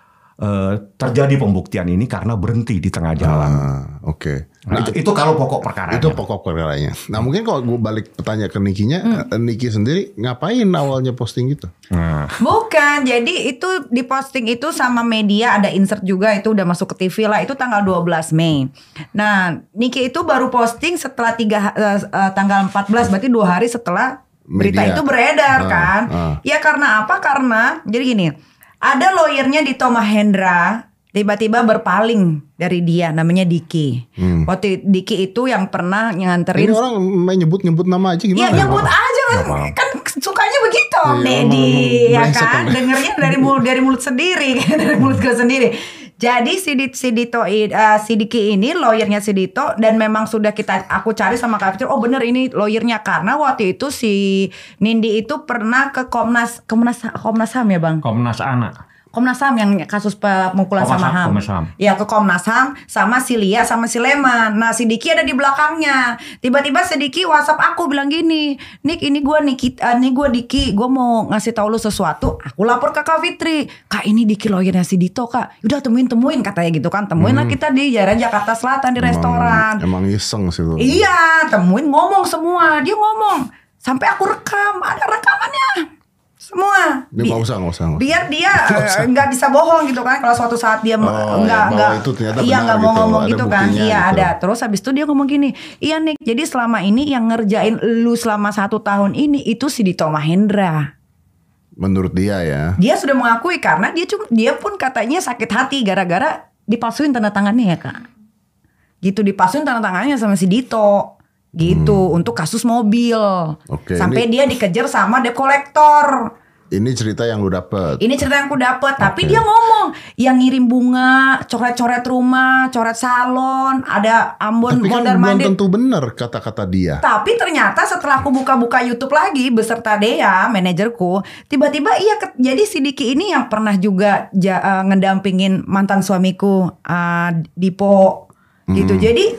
eh, terjadi pembuktian ini karena berhenti di tengah jalan. Ah, Oke. Nah, itu, itu kalau pokok perkara. Itu pokok perkaranya. Nah mungkin kalau gue balik bertanya ke Nikinya, eh, Niki sendiri ngapain awalnya posting gitu? Nah, Bukan, jadi itu diposting itu sama media, ada insert juga, itu udah masuk ke T V lah, itu tanggal dua belas Mei. Nah, Niki itu baru posting setelah tiga eh, eh, tanggal empat belas, berarti dua hari setelah berita Media. itu beredar Ah, kan. ah. Ya karena apa? Karena jadi gini, ada lawyernya Dito Mahendra tiba-tiba berpaling dari dia, namanya Diki. Hmm. Waktu Diki itu yang pernah Ini nganterin. orang main nyebut-nyebut nama aja Iya gimana? nyebut aja kan, kan sukanya begitu Om Iya, Deddy emang ya brengsek kan, kan. dengernya dari mulut dari mulut sendiri dari mulut gue sendiri. Jadi si, Di- si Dito i- uh, si Diki ini lawyernya si Dito dan memang sudah kita aku cari sama Kak Fitri, oh bener ini lawyernya karena waktu itu si Nindi itu pernah ke Komnas Komnas Komnas H A M ya Bang. Komnas Anak. Komnas H A M yang kasus pemukulan Komnas sama H A M, H A M. Komnas H A M. Ya ke Komnas H A M sama si Lia sama si Leman. Nah si Diki ada di belakangnya. Tiba-tiba si Diki WhatsApp aku bilang gini, Nik ini gue Niki, uh, ini gue Diki, gue mau ngasih tahu lu sesuatu. Aku lapor ke Kak Fitri, Kak ini Diki lawyernya si Dito Kak. Udah temuin temuin katanya gitu kan. Temuin lah kita di Jalan Jakarta Selatan di restoran. Emang iseng sih lu. Iya, temuin ngomong semua. Dia ngomong sampai aku rekam, ada rekamannya. Semua. Dia Bi- nggak usah, nggak usah, nggak usah. Biar dia eh, nggak bisa bohong gitu kan. Kalau suatu saat dia Oh, nggak ya, bahwa nggak itu ternyata iya benar nggak mau gitu, ngomong ada gitu kan. buktinya Iya gitu. ada. Terus habis itu dia ngomong gini, iya Nik. Jadi selama ini yang ngerjain lu selama satu tahun ini itu si Dito Mahendra. Menurut dia ya. Dia sudah mengakui karena dia cuma dia pun katanya sakit hati gara-gara dipalsuin tanda tangannya ya kak. Gitu dipalsuin tanda tangannya sama si Dito. Gitu untuk kasus mobil. Oke, Sampai ini- dia dikejar sama debt collector. Ini cerita yang lu dapet. Ini cerita yang aku dapet, tapi Oke. dia ngomong yang ngirim bunga, coret-coret rumah, coret salon, ada Ambon Tapi kan mondar belum mandir. tentu benar kata-kata dia. Tapi ternyata setelah aku buka-buka YouTube lagi beserta Dea, manajerku, tiba-tiba iya ke- jadi si Diki ini yang pernah juga ja- eh, ngedampingin mantan suamiku eh, Dipo gitu. Hmm. Jadi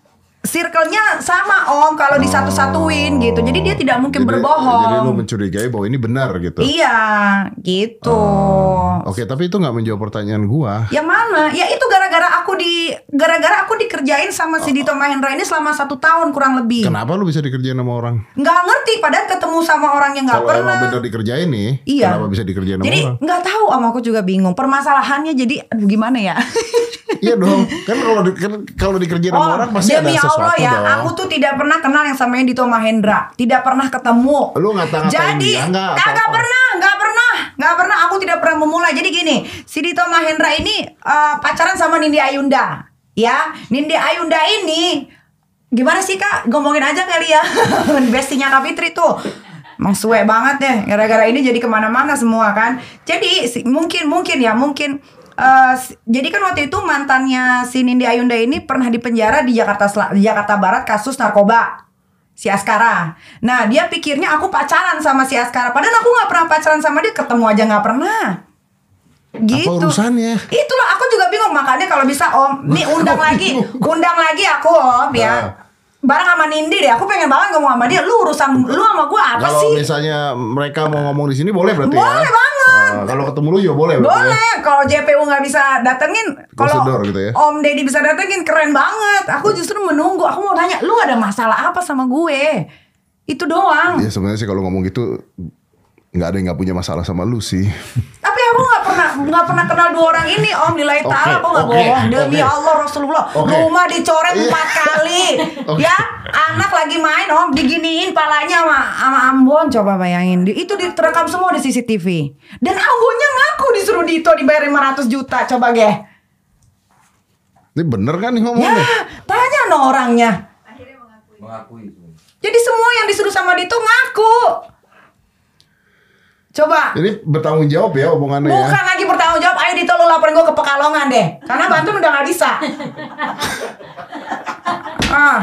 circle-nya sama Om kalau disatu-satuin gitu. Jadi dia tidak mungkin Jadi- berbohong. Jadi lu mencurigai bahwa ini benar gitu. Iya, gitu. Oh. Oke, tapi itu nggak menjawab pertanyaan gua. Yang mana? Ya itu gara-gara aku di gara-gara aku dikerjain sama si Dito Mahendra ini selama satu tahun kurang lebih. Kenapa lu bisa dikerjain sama orang? Nggak ngerti, padahal ketemu sama orang yang nggak Kalau pernah. emang benar dikerjain nih, Iya. kenapa bisa dikerjain sama Jadi orang? nggak tahu, Om, aku juga bingung. Permasalahannya jadi aduh gimana ya? Iya dong, kan kalau di, kan kalau dikerjain sama orang pasti ada demi sesuatu Allah ya, dong. aku tuh tidak pernah kenal yang samanya Dito Mahendra, tidak pernah ketemu. Lu ngata-ngatain Jadi dia nggak kagak apa-apa. pernah, nggak pernah, nggak pernah. Aku tidak pernah memulai. Jadi gini, si Dito Mahendra ini eh, pacaran sama Nindi Ayunda, ya. Nindi Ayunda ini gimana sih kak? Ngomongin aja kali ya, bestinya Kak Fitri tuh. Emang suwe banget deh, gara-gara ini jadi kemana-mana semua kan. Jadi si- mungkin mungkin ya mungkin. Uh, jadi kan waktu itu mantannya si Nindi Ayunda ini pernah dipenjara di Jakarta Sel- di Jakarta Barat kasus narkoba. Si Askara. Nah dia pikirnya aku pacaran sama si Askara. Padahal aku gak pernah pacaran sama dia. Ketemu aja gak pernah. Gitu. Apa urusannya? Itulah aku juga bingung. Makanya kalau bisa Om, nih undang lagi, undang lagi aku Om ya. Nah. Bareng sama Nindi deh. Aku pengen banget ngomong sama dia. Lu urusan lu sama gue apa Kalau sih? misalnya mereka mau ngomong di sini boleh berarti Boleh ya? banget. Nah, kalau ketemu lu ya boleh berarti Boleh. ya? Kalau J P U nggak bisa datengin, kalau Prosedur gitu ya? Om Deddy bisa datengin, keren banget. Aku justru menunggu. Aku mau tanya, lu ada masalah apa sama gue? Itu doang. Ya sebenarnya sih kalau ngomong gitu nggak ada yang nggak punya masalah sama lu sih. Tapi aku nggak pernah nggak pernah kenal dua orang ini Om. Nilai Oke, taala aku nggak oke, bohong. Demi oke. Allah Rasulullah. Oke. Rumah dicoret Iya. empat kali. Oke. Ya, anak lagi main Om, diginiin palanya sama sama Ambon. Coba bayangin. Di- Itu direkam semua di C C T V. Dan Ambonnya ngaku disuruh Dito dibayar lima ratus juta. Coba Geh. Ini bener kan nih Ya, ngomongnya? tanya no orangnya. Mengakui. Jadi semua yang disuruh sama Dito ngaku. Coba. Ini bertanggung jawab ya omongannya ya. Bukan lagi bertanggung jawab. Ayo Dito lu laporin gue ke Pekalongan deh. Karena Banten udah gak bisa. ah.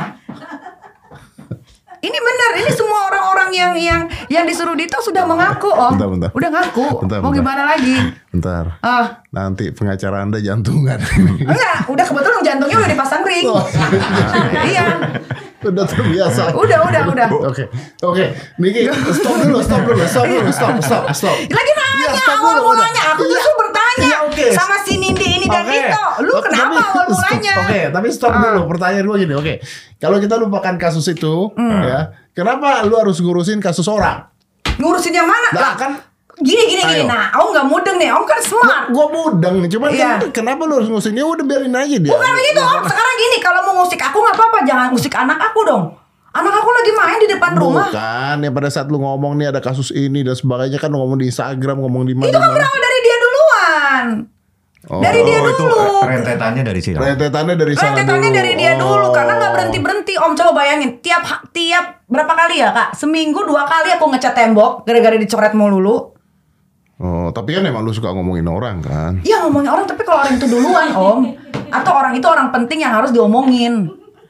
Ini benar. Ini semua orang-orang yang yang yang disuruh Dito sudah mengaku Om. Bentar, bentar. Udah ngaku. Bentar, Mau bentar. gimana lagi? Bentar. Ah. Nanti pengacara Anda jantungan. Enggak. Udah kebetulan jantungnya udah dipasang ring. Oh. Iya. Udah terbiasa. Udah, udah, udah. Oke, oke, Niki, stop dulu, stop dulu, stop dulu, stop, stop, stop. Lagi nanya, Iya, stop awal dulu, udah. mulanya. Aku Iya. justru bertanya Iya, oke. sama si Nindi ini dan Oke. Dito. Lu Oke, kenapa tapi- awal stop. mulanya? Oke, tapi stop Ah. dulu. Pertanyaan gue gini, oke. Kalau kita lupakan kasus itu, Hmm. ya, kenapa lu harus ngurusin kasus orang? Ngurusin yang mana? Lah, Lah, kan Gini gini gini. Ayo. Nah, Om nggak mudeng nih. Om kan smart. gue mudeng, cuman Iya. kan, kenapa lu harus ngurusin dia? Udah biarin aja dia. Bukan begitu Om. Sekarang gini, kalau mau ngusik aku nggak apa-apa. Jangan ngusik anak aku dong. Anak aku lagi main di depan rumah. Bukan, ya pada saat lu ngomong nih ada kasus ini dan sebagainya kan lu ngomong di Instagram, ngomong di mana. Itu kan di mana. berawal dari dia duluan. Oh. Dari dia Oh, itu dulu. rentetannya dari sini. Rentetannya dari sana Rentetannya dulu. dari dia Oh. dulu karena nggak berhenti berhenti Om. Coba bayangin tiap tiap berapa kali ya Kak? Seminggu dua kali aku ngecat tembok gara-gara dicoret melulu. Oh, tapi kan emang lu suka ngomongin orang kan? Iya ngomongin orang, tapi kalau orang itu duluan Om, atau orang itu orang penting yang harus diomongin.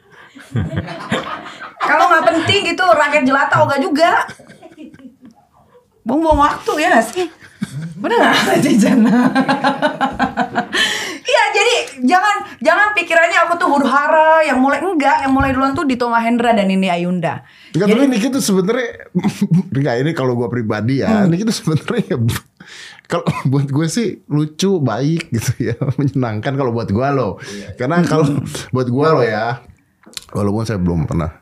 Kalau nggak penting gitu rakyat jelata oga juga. Buang-buang waktu ya nggak sih? Bener nggak jajan? Iya jadi jangan jangan pikirannya aku tuh huru hara yang mulai enggak yang mulai duluan tuh Dito Mahendra dan Nindi Ayunda. Enggak, tapi Niki tuh sebenarnya enggak, ini kalau gue pribadi ya, Hmm. Niki tuh sebenarnya kalau buat gue sih lucu, baik gitu ya, menyenangkan kalau buat gue loh. Karena kalau buat gue loh ya, walaupun saya belum pernah.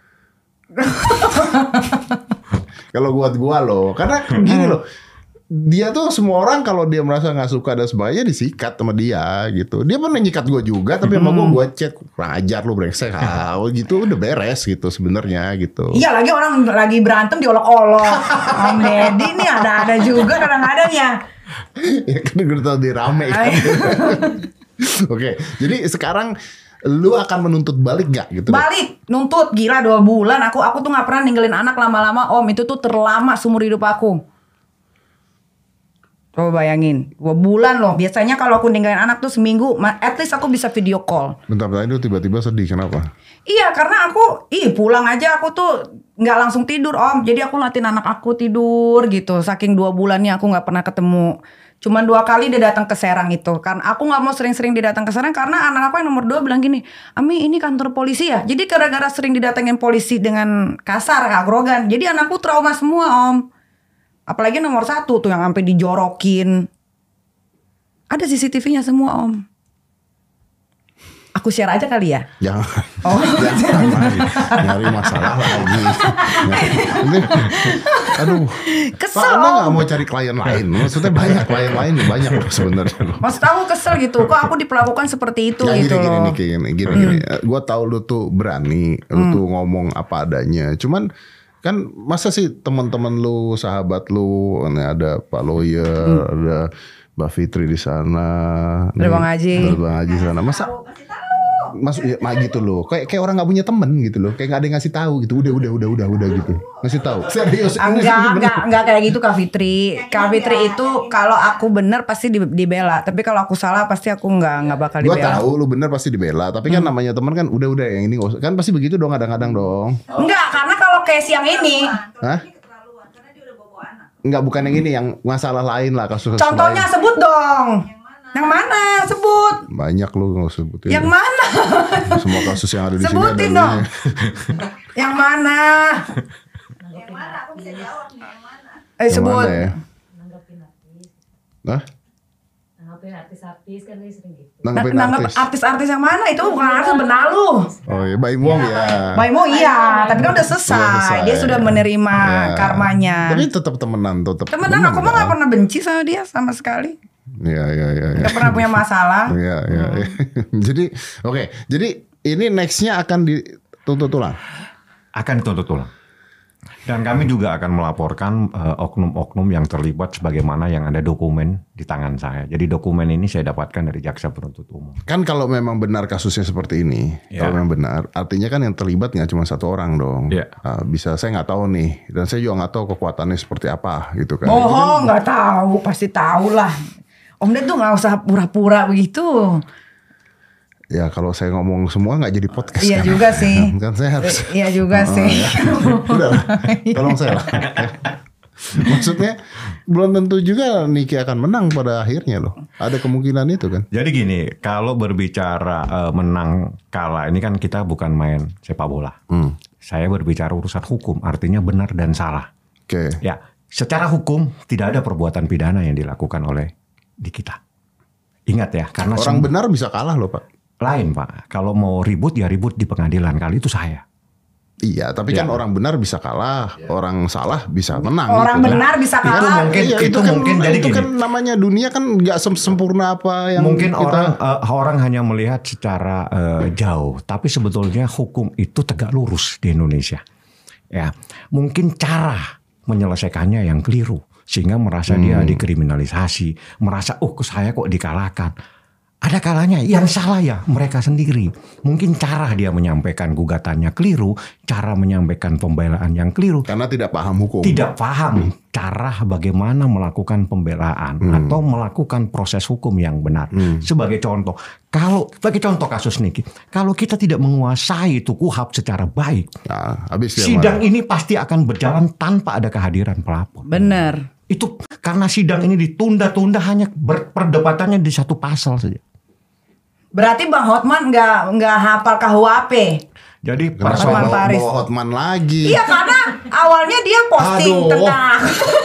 Kalau buat gue loh, karena gini loh. Dia tuh semua orang kalau dia merasa nggak suka dan sebagainya disikat sama dia gitu. Dia pernah nyikat gue juga, tapi sama gue gue chat kurang ajar lu brengsek, ah, gitu udah beres gitu sebenarnya gitu. Iya lagi orang lagi berantem diolok-olok. Om Deddy nih ada-ada juga kadang-kadang ya. Ya kan gue tau dia rame kan. Oke, jadi sekarang lu akan menuntut balik gak gitu? Balik nuntut gila dua bulan. Aku aku tuh nggak pernah ninggalin anak lama-lama Om. Itu tuh terlama seumur hidup aku. Coba bayangin, dua bulan loh. Biasanya kalau aku ninggalin anak tuh seminggu, ma- at least aku bisa video call. Bentar-bentar itu tiba-tiba sedih, kenapa? Iya, karena aku, ih pulang aja aku tuh nggak langsung tidur Om. Jadi aku latih anak aku tidur gitu. Saking dua bulannya aku nggak pernah ketemu. Cuman dua kali dia datang ke Serang itu. Karena aku nggak mau sering-sering dia datang ke Serang karena anak aku yang nomor dua bilang gini, Ami ini kantor polisi ya. Jadi gara-gara sering didatengin polisi dengan kasar, Kak Grogan. Jadi anakku trauma semua Om. Apalagi nomor satu tuh yang sampai dijorokin. Ada C C T V-nya semua Om. Aku share aja kali ya. Jangan, Oh. jangan lagi. Nyari masalah lagi. Ini, aduh, Kesel, Pak, Anda Om. nggak mau cari klien lain? Maksudnya banyak klien lain, banyak loh sebenarnya loh. Maksud aku kesel gitu. Kok aku diperlakukan seperti itu Ya, gitu gini, loh. gini, gini, gini, gini. Gue tahu lu tuh berani, lu tuh ngomong apa adanya. Cuman kan masa sih teman-teman lu, sahabat lu, ini ada Pak Lawyer, ada Mbak Fitri di sana, Ada Bang Haji. ada Bang Haji di sana. Masa Masuk ya, gitu loh. Kayak kayak orang nggak punya temen gitu loh. Kayak nggak ada yang ngasih tahu gitu. Udah udah udah udah udah gitu. Ngasih tahu. Serius. Enggak, enggak, enggak kayak gitu Kak Fitri. Kak Fitri itu kalau aku bener pasti di- dibela. Tapi kalau aku salah pasti aku enggak enggak bakal Gua dibela. tahu lu bener pasti dibela. Tapi kan namanya teman kan udah udah yang ini nggak usah. Kan pasti begitu dong kadang-kadang dong. Enggak, karena kalau kayak siang ini, Hah? Enggak, bukan yang ini, yang masalah lain lah, kasus contohnya lain. sebut dong. Yang mana? Sebut. Banyak lu nggak usah sebutin. Yang mana? Semua kasus yang ada di sini Sebutin ada dong. lunya. Yang mana? Yang mana? Aku bisa jawab nih yang mana? Eh Yang sebut. mana ya? Nanggapin artis, Hah? nanggapin artis-artis kan dia sering gitu. Nanggepin Nanggap artis. artis-artis yang mana? Itu bukan artis benalu. Oh iya, Baim Wong ya. Baimo iya, tapi kan udah Udah selesai. selesai. Dia sudah menerima Ya. karmanya. Tapi tetap temenan, tetap. Temenan aku mah gak pernah benci sama dia sama sekali. Iya, iya, iya. Ya. Gak pernah punya masalah. Iya, iya. iya. Jadi, oke. Jadi ini nextnya akan dituntut ulang. Akan dituntut ulang. Dan kami juga akan melaporkan eh, oknum-oknum yang terlibat sebagaimana yang ada dokumen di tangan saya. Jadi dokumen ini saya dapatkan dari jaksa penuntut umum. Kan kalau memang benar kasusnya seperti ini, Ya. kalau memang benar, artinya kan yang terlibat nggak cuma satu orang dong. Ya. Ah, bisa saya nggak tahu nih, dan saya juga nggak tahu kekuatannya seperti apa gitu kan. Bohong, nggak tahu, pasti tahu lah. Om Ded tuh nggak usah pura-pura begitu. Ya kalau saya ngomong semua nggak jadi podcast. Iya kan? juga sih. Kan saya harus. Iya juga Oh, sih. ya. Udah lah, tolong saya lah. Maksudnya belum tentu juga Niki akan menang pada akhirnya loh. Ada kemungkinan itu kan. Jadi gini, kalau berbicara eh, menang kalah, ini kan kita bukan main sepak bola. Hmm. Saya berbicara urusan hukum, artinya benar dan salah. Oke. Ya, secara hukum tidak ada perbuatan pidana yang dilakukan oleh di kita. Ingat ya, karena Orang sem- benar bisa kalah loh Pak. lain Pak. Kalau mau ribut ya ribut di pengadilan, kali itu saya. Iya, tapi kan Ya. orang benar bisa kalah, orang salah bisa menang. Orang gitu. benar bisa Itu kalah. mungkin- Iya, itu kan, mungkin jadi itu gini. kan namanya dunia kan nggak sem- sempurna apa yang Mungkin kita. orang eh, orang hanya melihat secara eh, jauh, tapi sebetulnya hukum itu tegak lurus di Indonesia. Ya, mungkin cara menyelesaikannya yang keliru sehingga merasa dia Hmm. dikriminalisasi, merasa oh saya kok dikalahkan. Ada kalanya yang salah ya mereka sendiri. Mungkin cara dia menyampaikan gugatannya keliru, cara menyampaikan pembelaan yang keliru. Karena tidak paham hukum. Tidak paham cara bagaimana melakukan pembelaan atau melakukan proses hukum yang benar. Sebagai contoh, kalau sebagai contoh kasus Niki, kalau kita tidak menguasai itu kuhab secara baik, Nah, habis dia sidang marah. ini pasti akan berjalan tanpa ada kehadiran pelapor. Bener. Itu karena sidang ini ditunda-tunda hanya ber- perdebatannya di satu pasal saja. Berarti Bang Hotman nggak nggak hafal K H U A P. Jadi Kenapa Hotman persoalan bawa, Paris. bawa Hotman lagi? Iya karena awalnya dia posting Aduh. tentang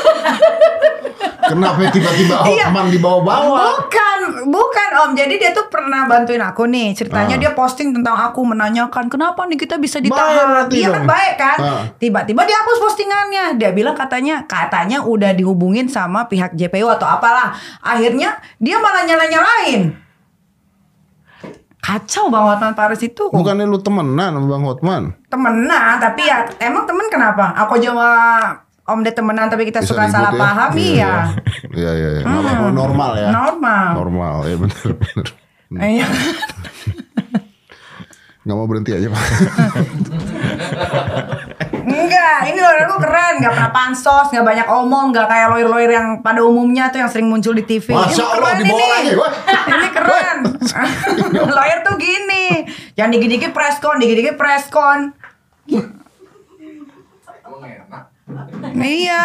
Kenapa tiba-tiba Iya. Hotman dibawa-bawa? bukan bukan Om. Jadi dia tuh pernah bantuin aku nih. Ceritanya Ah. dia posting tentang aku menanyakan kenapa nih kita bisa Baik ditahan. berarti Iya kan dong. baik kan. Ah. Tiba-tiba dia hapus postingannya. Dia bilang katanya katanya udah dihubungin sama pihak J P U atau apalah. Akhirnya dia malah nyala-nyalain. Kacau Bang Hotman Paris itu. Bukannya lu temenan sama Bang Hotman? Temenan tapi ya emang temen kenapa? Aku aja sama Om Ded temenan tapi kita Bisa suka ribut salah ya? paham Iya, iya. Iya, iya, iya. Nggak apa-apa, normal ya. Normal. Normal, ya benar, benar. Iya. Nggak mau berhenti aja Pak. Enggak, ini lawyer aku keren, nggak pernah pansos, nggak banyak omong, nggak kayak lawyer-lawyer yang pada umumnya tuh yang sering muncul di T V. Masya Ini Allah, keren dibawa ini. lagi, wah. Ini keren. Lawyer tuh gini, jangan dikit-dikit preskon, dikit-dikit preskon. Emang enak. Iya.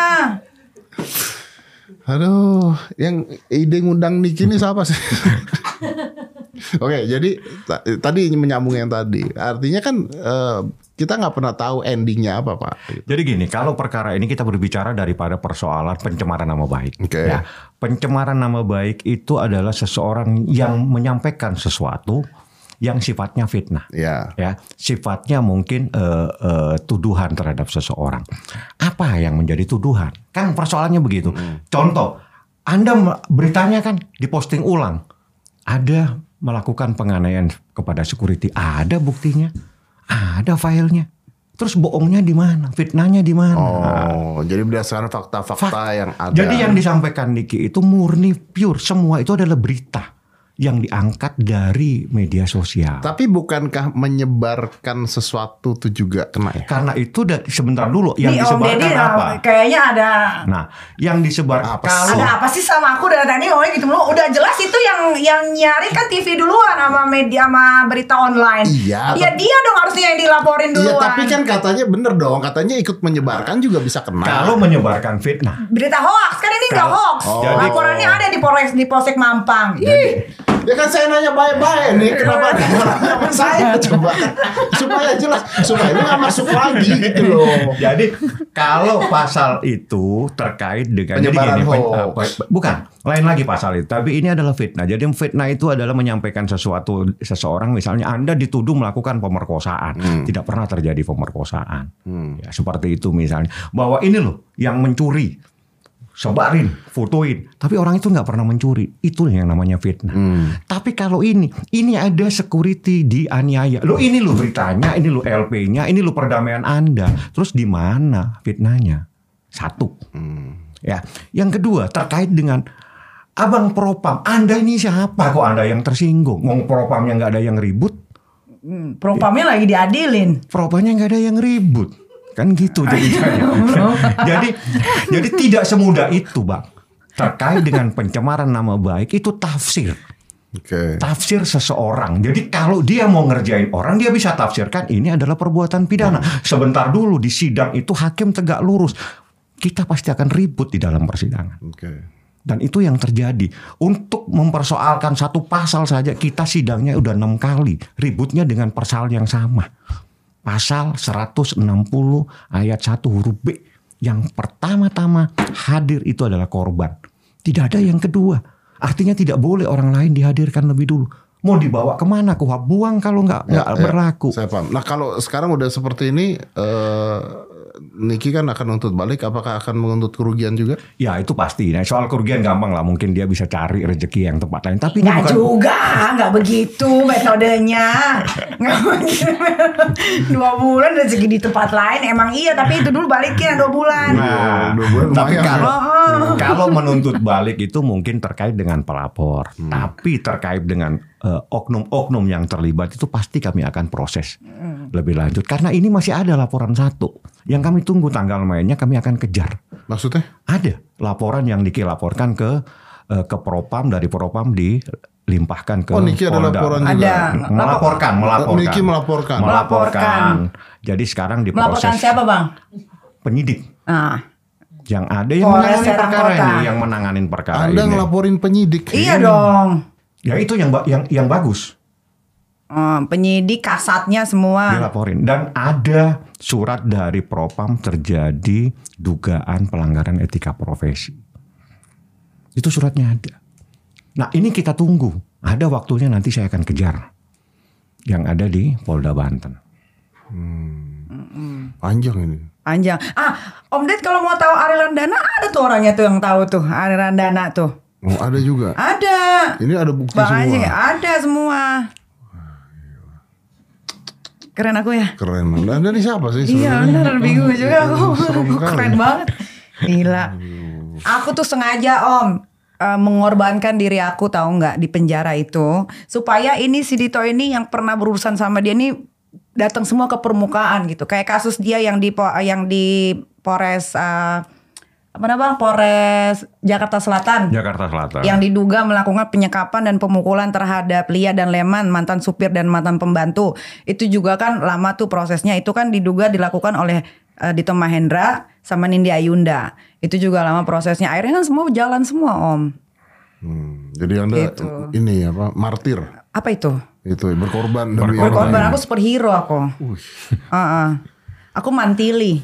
Aduh, yang ide ngundang Niki ini siapa sih? Oke, jadi ta- tadi menyambung yang tadi. Artinya kan eh, kita nggak pernah tahu endingnya apa Pak. Jadi gini, kalau perkara ini kita berbicara daripada persoalan pencemaran nama baik. Oke. Ya, pencemaran nama baik itu adalah seseorang yang menyampaikan sesuatu yang sifatnya fitnah. Ya. Ya, sifatnya mungkin eh, eh, tuduhan terhadap seseorang. Apa yang menjadi tuduhan? Kan persoalannya begitu. Contoh, Anda me- beritanya kan diposting ulang. Ada melakukan penganiayaan kepada security, ada buktinya, ada filenya. Terus bohongnya di mana? Fitnahnya di mana? Oh, jadi berdasarkan fakta-fakta Fak- yang ada. Jadi yang disampaikan Niki itu murni pure, semua itu adalah berita yang diangkat dari media sosial. Tapi bukankah menyebarkan sesuatu itu juga kena ya? Karena itu da- sebentar dulu yang Nih Om disebarkan Deddy apa? kayaknya ada Nah, yang disebar Apa kalau ada apa sih sama aku dari tadi ngomongnya gitu mulu. Udah jelas itu yang yang nyari kan T V duluan sama media sama berita online. Iya, Ya tapi- dia dong harusnya yang dilaporin Iya, duluan. tapi kan katanya bener dong, katanya ikut menyebarkan juga bisa kena. kalau menyebarkan fitnah. berita hoax kan ini nggak Kalau- hoax. Oh. Jadi- Laporannya ada di Polres di Polsek Mampang. Ih, Ya kan saya nanya baik-baik nih, kenapa ada sama saya coba supaya jelas, supaya ini nggak masuk lagi gitu loh. Jadi kalau pasal itu terkait dengan Penyebaran jadi gini, hoax. pen- bukan lain lagi pasal itu, tapi ini adalah fitnah. Jadi fitnah itu adalah menyampaikan sesuatu seseorang, misalnya Anda dituduh melakukan pemerkosaan, tidak pernah terjadi pemerkosaan, ya, seperti itu misalnya, bahwa ini loh yang mencuri. Sebarin, fotoin, tapi orang itu nggak pernah mencuri, itu yang namanya fitnah. Tapi kalau ini, ini ada security dianiaya, lo ini lo beritanya, ini lo L P-nya, ini lo perdamaian Anda, terus di mana fitnahnya? Satu, ya. Yang kedua terkait dengan Abang Propam, Anda ini siapa kok Anda yang tersinggung? Ngomong Propamnya nggak ada yang ribut, hmm, propamnya lagi diadilin. Propamnya nggak ada yang ribut. Kan gitu jadinya. jadi jadi tidak semudah itu, Bang. Terkait dengan pencemaran nama baik itu tafsir. Oke. Tafsir seseorang. Jadi kalau dia mau ngerjain orang, dia bisa tafsirkan ini adalah perbuatan pidana. Sebentar dulu di sidang itu hakim tegak lurus. Kita pasti akan ribut di dalam persidangan. Oke. Dan itu yang terjadi. Untuk mempersoalkan satu pasal saja kita sidangnya udah enam kali. Ributnya dengan pasal yang sama. Pasal seratus enam puluh ayat satu huruf B. Yang pertama-tama hadir itu adalah korban. Tidak ada yang kedua. Artinya tidak boleh orang lain dihadirkan lebih dulu. Mau dibawa kemana? Kuhab buang kalau nggak nggak Ya, berlaku. Saya paham. Nah kalau sekarang udah seperti ini, eh, Niki kan akan nuntut balik. Apakah akan menuntut kerugian juga? Ya itu pasti. Nah, soal kerugian gampang lah. Mungkin dia bisa cari rezeki yang tempat lain. Tapi ini Nggak bukan. juga, nggak begitu metodenya. Nggak begitu. Dua bulan rezeki di tempat lain. Emang iya, tapi itu dulu balikin dua bulan. Nah, dua bulan tapi lumayan. kalau Oh. kalau menuntut balik itu mungkin terkait dengan pelapor, tapi terkait dengan eh, oknum-oknum yang terlibat itu pasti kami akan proses lebih lanjut karena ini masih ada laporan satu yang kami tunggu tanggal mainnya kami akan kejar. Maksudnya? Ada laporan yang Niki laporkan ke eh, ke Propam, dari Propam dilimpahkan ke Oh, Niki ada Polda. laporan juga. Ada. Melaporkan, melaporkan. Niki melaporkan. Melaporkan. Jadi sekarang diproses Melaporkan siapa bang? penyidik. Ah. Yang ada yang Polres menangani Serang perkara Kota. ini, yang menanganin perkara Anda ini. ngelaporin penyidik. Iya dong. Ya itu yang ba- yang yang bagus Oh, penyidik kasatnya semua. dilaporin dan ada surat dari Propam terjadi dugaan pelanggaran etika profesi. Itu suratnya ada. Nah, ini kita tunggu. Ada waktunya nanti saya akan kejar. Yang ada di Polda Banten. Panjang ini. Panjang. Ah, Om Ded kalau mau tahu Ari Landana ada tuh orangnya tuh yang tahu tuh Ari Landana tuh. Oh ada juga. Ada. Ini ada bukti Bang semua. Aji, ada semua. Keren aku ya. Keren. Nah, Anda ini siapa sih? Iya sebenarnya? bener bingung juga aku. Serem sekali. Keren banget. Gila. Aku tuh sengaja Om eh, mengorbankan diri aku tahu nggak di penjara itu supaya ini si Dito ini yang pernah berurusan sama dia ini datang semua ke permukaan gitu. Kayak kasus dia yang di po- yang di Polres eh, apa namanya Polres Jakarta Selatan. Jakarta Selatan. Yang diduga melakukan penyekapan dan pemukulan terhadap Lia dan Leman, mantan supir dan mantan pembantu. Itu juga kan lama tuh prosesnya. Itu kan diduga dilakukan oleh uh, Dito Mahendra sama Nindi Ayunda. Itu juga lama prosesnya. Akhirnya kan semua jalan semua Om. Hmm, jadi Anda Gitu. ini apa? Martir. Apa itu? Itu berkorban demi orang Berkorban, lain. aku superhero aku. Uh-uh. Aku mantili.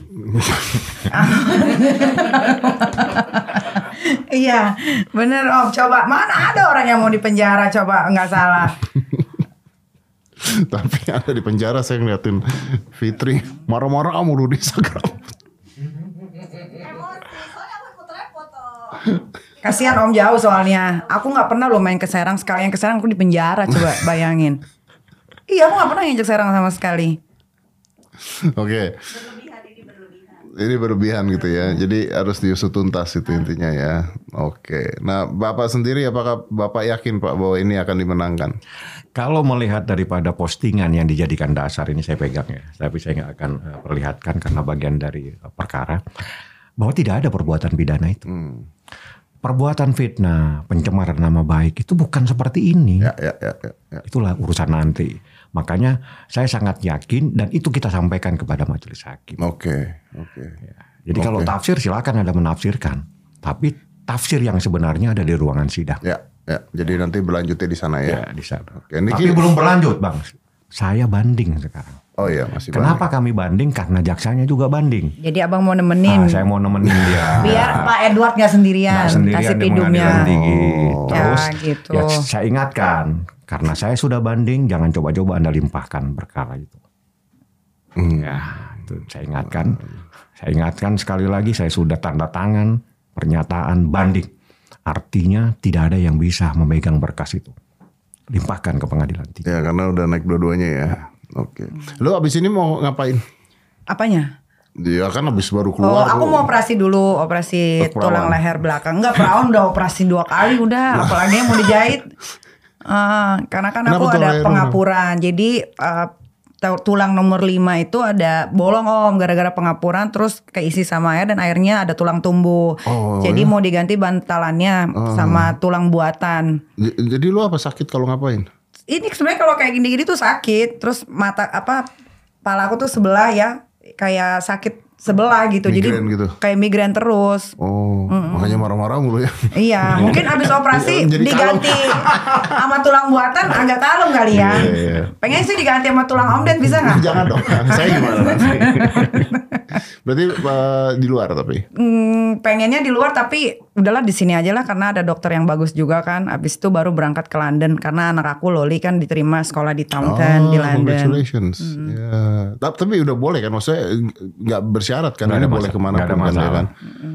Iya, bener Om. Coba mana ada orang yang mau dipenjara? Coba nggak salah. Tapi ada di penjara saya ngeliatin Fitri marah-marah kamu dulu di Instagram. Emosi, soalnya aku ikut repot tuh. Kasihan Om jauh soalnya. Aku nggak pernah loh main ke Serang. Sekalian ke Serang aku di penjara. Coba bayangin. Iya, aku nggak pernah ngajak Serang sama sekali. Oke. Ini berlebihan gitu ya. Jadi harus diusut tuntas itu intinya ya. Oke. Nah, Bapak sendiri apakah Bapak yakin Pak bahwa ini akan dimenangkan? Kalau melihat daripada postingan yang dijadikan dasar ini saya pegang ya, tapi saya nggak akan uh, perlihatkan karena bagian dari uh, perkara bahwa tidak ada perbuatan pidana itu. Hmm. Perbuatan fitnah, pencemaran nama baik itu bukan seperti ini. Ya, ya, ya, ya, ya. Itulah urusan nanti. Makanya saya sangat yakin dan itu kita sampaikan kepada majelis hakim. Oke, oke. Ya. Jadi kalau Oke. tafsir silakan Anda menafsirkan, tapi tafsir yang sebenarnya ada di ruangan sidang. Ya, ya. Jadi nanti berlanjutnya di sana ya. Ya, di sana. Oke, ini Tapi ki- belum berlanjut, Bang. Saya banding sekarang. Oh iya, masih Kenapa kami banding? Karena jaksanya juga banding. Jadi abang mau nemenin. Ah, saya mau nemenin dia. Biar Pak Edward gak sendirian, Nggak sendirian kasih di pidumnya. pengadilan tinggi. Oh. Terus Ya, gitu. ya, saya ingatkan, karena saya sudah banding, jangan coba-coba Anda limpahkan perkara itu. Hmm. Ya, itu saya ingatkan. Saya ingatkan sekali lagi, saya sudah tanda tangan pernyataan banding. Artinya tidak ada yang bisa memegang berkas itu. Limpahkan ke pengadilan tinggi. Ya, karena udah naik dua-duanya ya. Oke. Lu abis ini mau ngapain? Apanya? Dia kan abis baru Oh, keluar. aku tuh. mau operasi dulu, operasi Oh, perawan. tulang leher belakang. Enggak, perawan udah operasi dua kali udah, apalagi yang mau dijahit. Eh, karena kan Kenapa aku tulang ada leher? pengapuran. Jadi eh, tu- tulang nomor lima itu ada bolong Om gara-gara pengapuran terus keisi sama air dan airnya ada tulang tumbuh. Oh, Jadi ya? mau diganti bantalannya sama tulang buatan. J- Jadi lu apa sakit kalau ngapain? Ini sebenarnya kalau kayak gini-gini tuh sakit. Terus mata apa kepala aku tuh sebelah ya kayak sakit sebelah gitu. Migrain Jadi gitu? kayak migrain terus. Oh, makanya marah-marah mulu ya. Iya, mungkin abis operasi Jadi diganti sama tulang buatan agak kalem kali ya. Iya, iya. Pengen sih diganti sama tulang omdet bisa nggak? Jangan dong, saya gimana nanti? Berarti uh, di luar tapi? Hmm, pengennya di luar tapi udahlah di sini aja lah karena ada dokter yang bagus juga kan. Abis itu baru berangkat ke London karena anak aku Loli kan diterima sekolah di Taunton di London. Congratulations. Ya. Tapi, tapi udah boleh kan? Maksudnya nggak bersyarat kan? Nggak Ini ada boleh masalah. kemana Nggak ada pun kan? Ya masalah. kan?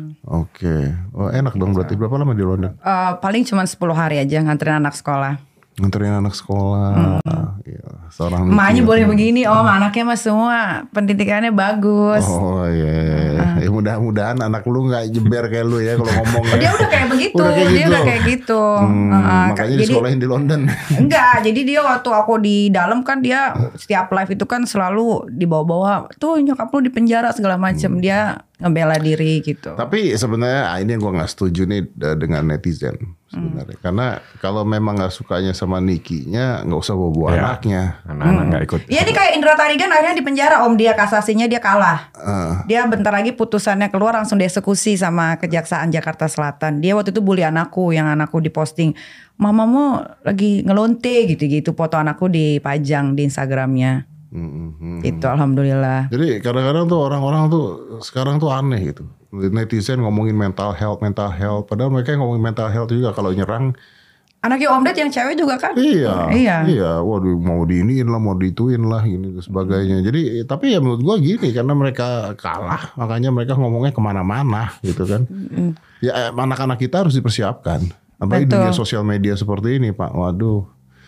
Oke. Oh, enak dong berarti. Berapa lama di London? Eh, paling cuma sepuluh hari aja nganterin anak sekolah. Nganterin anak sekolah. Iya, seorang Emaknya Miki. boleh begini, om anaknya mah semua pendidikannya bagus. Oh iya. Ya, mudah-mudahan anak lu nggak jeber kayak lu ya kalau ngomong ya. Dia udah kayak begitu, Udah kayak dia gitu. udah kayak gitu. Hmm, Uh, makanya jadi disekolahin di London. enggak, jadi dia waktu aku di dalam kan dia setiap live itu kan selalu dibawa-bawa. Tuh nyokap lu di penjara segala macem. Dia ngebela diri gitu. Tapi sebenarnya ah, ini yang gue nggak setuju nih eh, dengan netizen sebenarnya. Karena kalau memang nggak sukanya sama Nikinya, nggak usah bawa-bawa Ya. anaknya. Anak-anak nggak ikut. Iya, ini kayak Indra Tarigan akhirnya di penjara om, dia kasasinya dia kalah. Ah. Dia bentar lagi putusannya keluar langsung dieksekusi sama Kejaksaan Jakarta Selatan. Dia waktu itu bully anakku, yang anakku diposting, mamamu lagi ngelonte gitu-gitu, foto anakku dipajang di Instagramnya. Hmm, hmm. Itu alhamdulillah. Jadi kadang-kadang tuh orang-orang tuh sekarang tuh aneh gitu. Netizen ngomongin mental health, mental health. Padahal mereka yang ngomongin mental health juga kalau nyerang. Anaknya Om Ded yang cewek juga kan? Iya, Iya. iya. Waduh, mau diiniin lah, mau dituin lah, ini dan sebagainya. Jadi, tapi ya menurut gua gini, karena mereka kalah, makanya mereka ngomongnya kemana-mana, gitu kan. Ya, eh, anak-anak kita harus dipersiapkan. Apalagi Betul. dunia sosial media seperti ini, Pak. Waduh.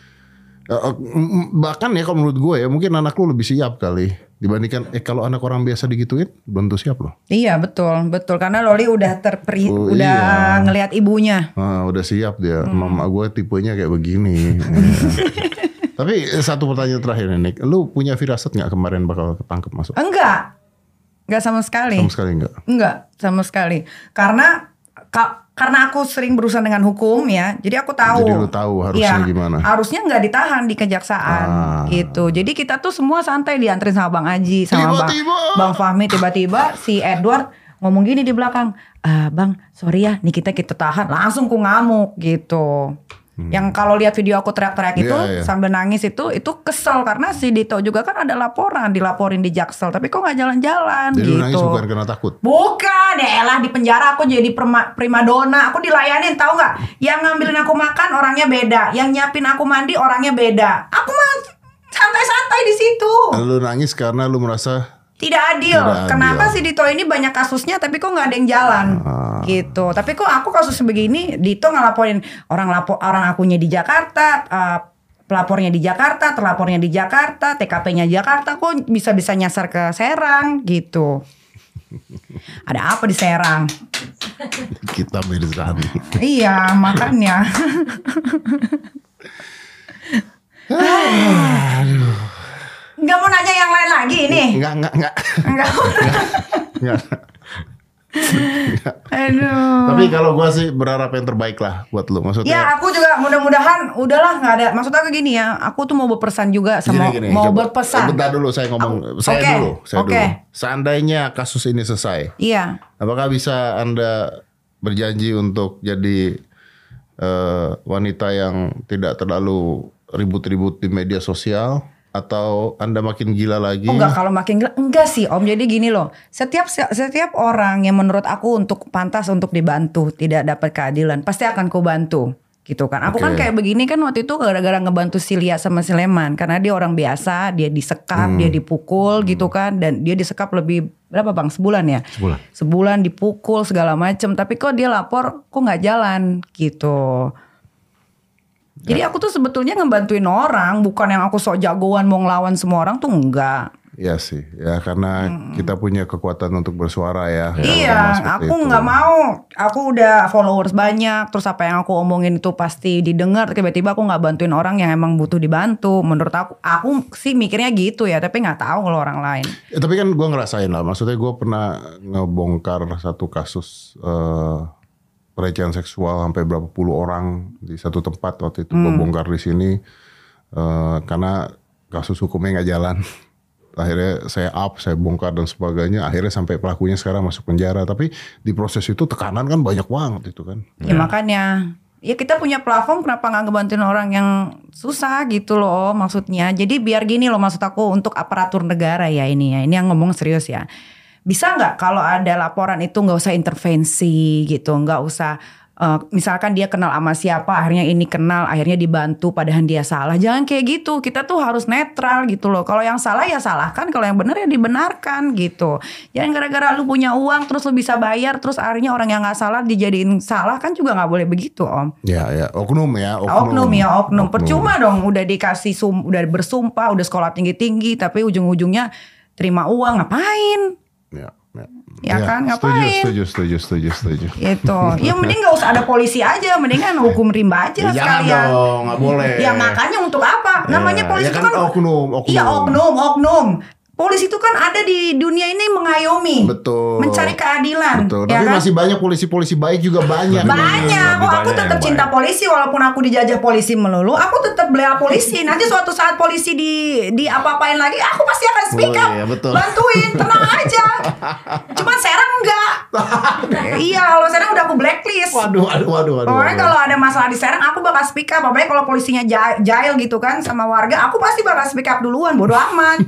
Eh, eh, m- m- bahkan ya kalau menurut gue ya, mungkin anak lu lebih siap kali dibandingkan eh kalau anak orang biasa digituin, belum tentu siap loh. Iya betul, betul. Karena Loli udah terperi, Oh, udah iya. ngelihat ibunya. Ah, udah siap dia. Mama gue tipenya kayak begini. Ya. Tapi eh, satu pertanyaan terakhir nih, Nick. Lu punya firasat nggak kemarin bakal ketangkep masuk? Enggak, enggak sama sekali. Sama sekali nggak? Enggak, sama sekali. Karena ka- karena aku sering berurusan dengan hukum ya, jadi aku tahu. Jadi lu tahu harusnya Iya, gimana? Harusnya nggak ditahan di kejaksaan Ah. gitu. Jadi kita tuh semua santai dianterin sama Bang Aji, sama Bang, Tiba-tiba. Bang Fahmi. Tiba-tiba si Edward ngomong gini di belakang, "Ah, Bang, sorry ya, nih kita kita tahan." Langsung ku ngamuk gitu. Yang kalau lihat video aku teriak-teriak itu Iya, iya. sambil nangis itu itu kesel karena si Dito juga kan ada laporan, dilaporin di Jaksel, tapi kok nggak jalan-jalan Jadi gitu. lu nangis bukan karena takut? Bukan, ya elah di penjara aku jadi prima, primadona. Aku dilayanin, tahu nggak? Yang ngambilin aku makan orangnya beda, yang nyiapin aku mandi orangnya beda. Aku mah santai-santai di situ. Lu nangis karena lu merasa Tidak adil. Tidak Kenapa adil. si Dito ini banyak kasusnya tapi kok nggak ada yang jalan? Ah. Gitu. Tapi kok aku kasus begini, Dito ngelaporin orang lapo, orang akunya di Jakarta, uh, pelapornya di Jakarta, terlapornya di Jakarta, T K P-nya di Jakarta, kok bisa-bisa nyasar ke Serang gitu. Ada apa di Serang? Kita Mirzani. Iya, makanya. Nggak mau nanya yang lain lagi ini? Enggak, enggak, enggak. Enggak. Enggak. Aduh. Tapi kalau gua sih berharap yang terbaik lah buat lu. Maksudnya Ya aku juga mudah-mudahan udahlah nggak ada. Maksud aku gini ya, aku tuh mau berpesan juga sama Gini, gini, mau coba- berpesan. Bentar dulu saya ngomong. Aku- saya oke, dulu, saya oke. dulu. Seandainya kasus ini selesai, Iya. apakah bisa Anda berjanji untuk jadi eh, wanita yang tidak terlalu ribut-ribut di media sosial, atau Anda makin gila lagi? Oh enggak, kalau makin gila enggak sih Om. Jadi gini loh, setiap setiap orang yang menurut aku untuk pantas untuk dibantu tidak dapat keadilan, pasti akan ku bantu. Gitu kan. Aku kan Oke. kayak begini kan waktu itu gara-gara ngebantu si Lia sama si Leman, karena dia orang biasa, dia disekap, Hmm. dia dipukul gitu kan, dan dia disekap lebih berapa Bang? Sebulan ya? Sebulan. Sebulan dipukul segala macem, tapi kok dia lapor kok nggak jalan gitu. Jadi aku tuh sebetulnya ngebantuin orang, bukan yang aku sok jagoan mau ngelawan semua orang tuh enggak. Iya sih, ya karena kita punya kekuatan untuk bersuara ya. kalau Iya, ngomong seperti aku itu. nggak mau. Aku udah followers banyak, terus apa yang aku omongin itu pasti didengar. Tiba-tiba aku nggak bantuin orang yang emang butuh dibantu. Menurut aku, aku sih mikirnya gitu ya. Tapi nggak tahu kalau orang lain. Ya, tapi kan gue ngerasain lah, maksudnya gue pernah ngebongkar satu kasus eh, pelecehan seksual sampai berapa puluh orang di satu tempat waktu itu gue bongkar di sini eh, karena kasus hukumnya nggak jalan. Akhirnya saya up, saya bongkar dan sebagainya. Akhirnya sampai pelakunya sekarang masuk penjara. Tapi di proses itu tekanan kan banyak banget itu kan. Ya makanya, ya kita punya platform, kenapa nggak ngebantuin orang yang susah gitu loh maksudnya. Jadi biar gini loh maksud aku untuk aparatur negara ya ini ya. Ini yang ngomong serius ya. Bisa nggak kalau ada laporan itu nggak usah intervensi gitu, nggak usah uh, misalkan dia kenal sama siapa, akhirnya ini kenal, akhirnya dibantu padahal dia salah. Jangan kayak gitu. Kita tuh harus netral gitu loh. Kalau yang salah ya salahkan, kalau yang benar ya dibenarkan gitu. Jangan gara-gara lu punya uang terus lu bisa bayar, terus akhirnya orang yang nggak salah dijadiin salah, kan juga nggak boleh begitu Om. Ya, ya, oknum ya, Oknum ya oknum. Percuma dong udah dikasih sum, udah bersumpah, udah sekolah tinggi-tinggi, tapi ujung-ujungnya terima uang ngapain? Ya, ya. Ya kan, ngapain? Setuju, setuju, setuju, setuju. Gitu. Ya mending gak usah ada polisi aja, mendingan hukum rimba aja Ya, jangan sekalian. dong, nggak boleh. Ya makanya untuk apa? Namanya Ya, polisi ya itu kan kan oknum, oknum. Iya oknum, oknum. Polisi itu kan ada di dunia ini mengayomi, Betul. mencari keadilan. Betul. ya Tapi kan? masih banyak polisi-polisi baik juga banyak. Banyak, Lebih kok aku banyak tetap yang cinta baik. polisi walaupun aku dijajah polisi melulu, aku tetap bela polisi. Nanti suatu saat polisi di di apa-apain lagi, aku pasti akan speak Oh, up, iya, betul. bantuin, tenang aja. Cuman Serang enggak. Iya, kalau Serang udah aku blacklist. Waduh, waduh, waduh, waduh. Pokoknya waduh. kalau ada masalah di Serang, aku bakal speak up. Apalagi kalau polisinya ja- jahil gitu kan sama warga, aku pasti bakal speak up duluan. Bodo amat.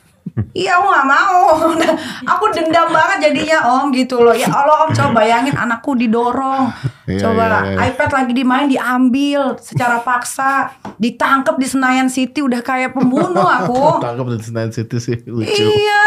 Iya, aku gak mau. Aku dendam banget jadinya Om gitu loh. Ya Allah Om, coba bayangin anakku didorong. Iya, Coba iya, iya. iPad lagi dimain diambil secara paksa, ditangkap di Senayan City, udah kayak pembunuh aku. Tangkap di Senayan City sih lucu. Iya.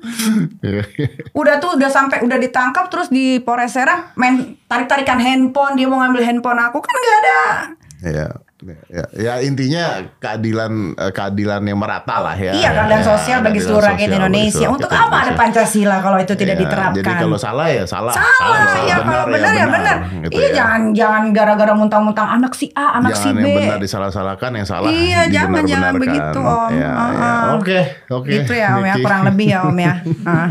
Iya. Udah tuh udah sampai udah ditangkap terus di Polres Serang main tarik-tarikan handphone, dia mau ngambil handphone aku kan nggak ada. Ya, ya, ya intinya keadilan eh, keadilan yang merata lah ya. Iya, keadilan Ya, sosial bagi keadilan seluruh rakyat sosial bagi Indonesia. seluruh Untuk rakyat apa ada Indonesia. Pancasila kalau itu tidak Ya, diterapkan? Jadi kalau salah ya salah. salah ya kalau benar ya benar. gitu Iya ya. jangan jangan gara-gara muntang-muntang anak si A, anak Jangan si B. yang benar disalah-salahkan, yang salah Iya, jangan, jangan dibenar-benarkan. begitu, Om. Ya, Ah, ya. ah. Oke, oke. Gitu ya Om ya, Niki. kurang lebih ya Om ya. Ah.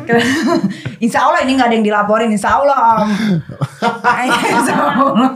Insya Allah ini nggak ada yang dilaporin, Insya Allah Om. Insya Allah.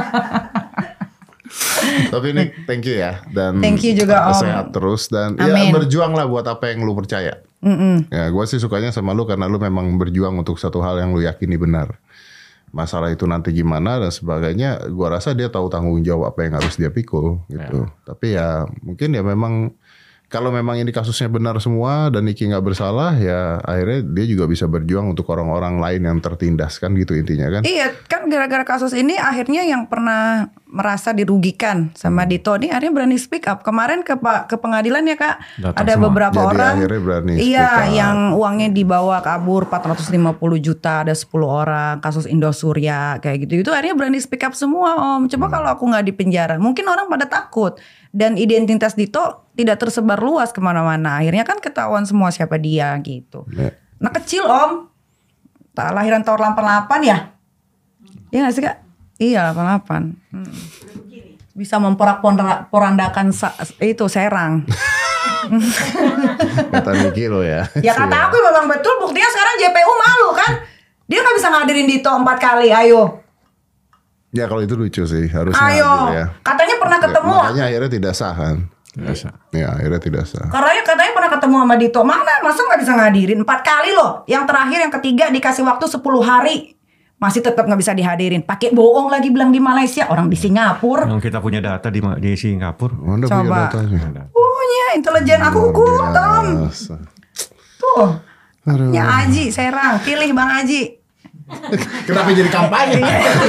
Tapi ini thank you ya, dan Thank you juga, Om. sehat terus dan Amin. ya berjuang lah buat apa yang lu percaya. Mm-mm. Ya, gue sih sukanya sama lu karena lu memang berjuang untuk satu hal yang lu yakini benar. Masalah itu nanti gimana dan sebagainya, gue rasa dia tahu tanggung jawab apa yang harus dia pikul gitu. Tapi ya mungkin ya memang kalau memang ini kasusnya benar semua dan Niki nggak bersalah, ya akhirnya dia juga bisa berjuang untuk orang-orang lain yang tertindas kan gitu intinya kan. Iya kan gara-gara kasus ini akhirnya yang pernah merasa dirugikan sama Dito ini akhirnya berani speak up. Kemarin ke pa- ke pengadilan ya Kak, Datang ada semua. beberapa Jadi orang akhirnya berani speak iya up. yang uangnya dibawa kabur empat ratus lima puluh juta, ada sepuluh orang, kasus Indosuria kayak gitu. Itu akhirnya berani speak up semua Om. Coba Hmm. kalau aku nggak di penjara, mungkin orang pada takut dan identitas Dito tidak tersebar luas kemana-mana. Akhirnya kan ketahuan semua siapa dia gitu. Ya. Nah kecil Om, tak lahiran tahun delapan puluh delapan ya. Iya gak sih Kak? Iya delapan delapan. Hmm. Bisa memporak-porandakan sa- itu Serang. Kata Niki lo ya. Ya kata aku memang betul, buktinya sekarang J P U malu kan. Dia gak bisa ngadirin Dito empat kali, ayo. Ya kalau itu lucu sih, harusnya Ayo, hadir ya. katanya pernah ketemu. Makanya akhirnya tidak sah kan. Biasa. Ya akhirnya tidak sah. Katanya katanya pernah ketemu sama Dito. Mana? Masa nggak bisa ngadirin? Empat kali loh. Yang terakhir, yang ketiga dikasih waktu sepuluh hari. Masih tetap nggak bisa dihadirin. Pakai bohong lagi bilang di Malaysia. Orang di Singapura. Yang kita punya data di, di Singapura. Anda punya Coba. datanya. Punya intelijen aku Luar kutem. biasa. Tuh. Aduh. Ya Aji, Serang. Pilih Bang Aji. Kenapa jadi kampanye?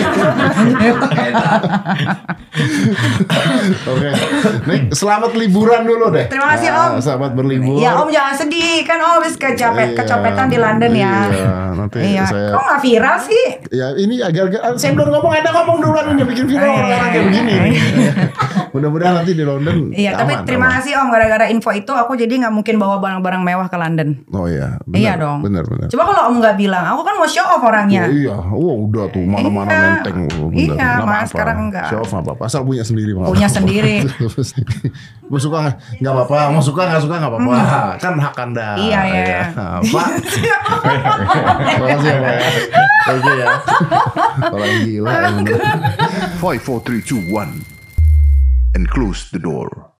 Oke, nih selamat liburan dulu deh. Terima kasih, Nah, Om. Selamat berlibur. Ya Om jangan sedih. Kan Om habis kecapek, Iya. kecopetan di London ya. Iya, nanti Iya. saya- Kok nggak viral sih? Ya ini agak-agak saya belum ngomong, ada ngomong duluan udah bikin viral Iya, orang-orang kayak iya, begini. iya. Mudah-mudahan nanti di London. Iya, tapi aman, terima aman. kasih Om. Gara-gara info itu aku jadi nggak mungkin bawa barang-barang mewah ke London. Oh iya, benar, Iya dong. Benar, benar. Coba kalau Om nggak bilang, aku kan mau show off orangnya. Oh, iya, oh udah tuh mana-mana Iya. nenteng. Oh, bener. Iya, Nggak Mas, apa-apa. sekarang enggak. Show off nggak apa-apa, asal punya sendiri. Nggak Punya apa-apa. sendiri. Mau suka nggak nggak apa-apa, mau suka nggak suka nggak apa-apa, kan hak anda. Iya, iya, iya. Pak, terima kasih ya Pak ya. Thank you ya. Orang gila. five, four, three, two, one. And close the door.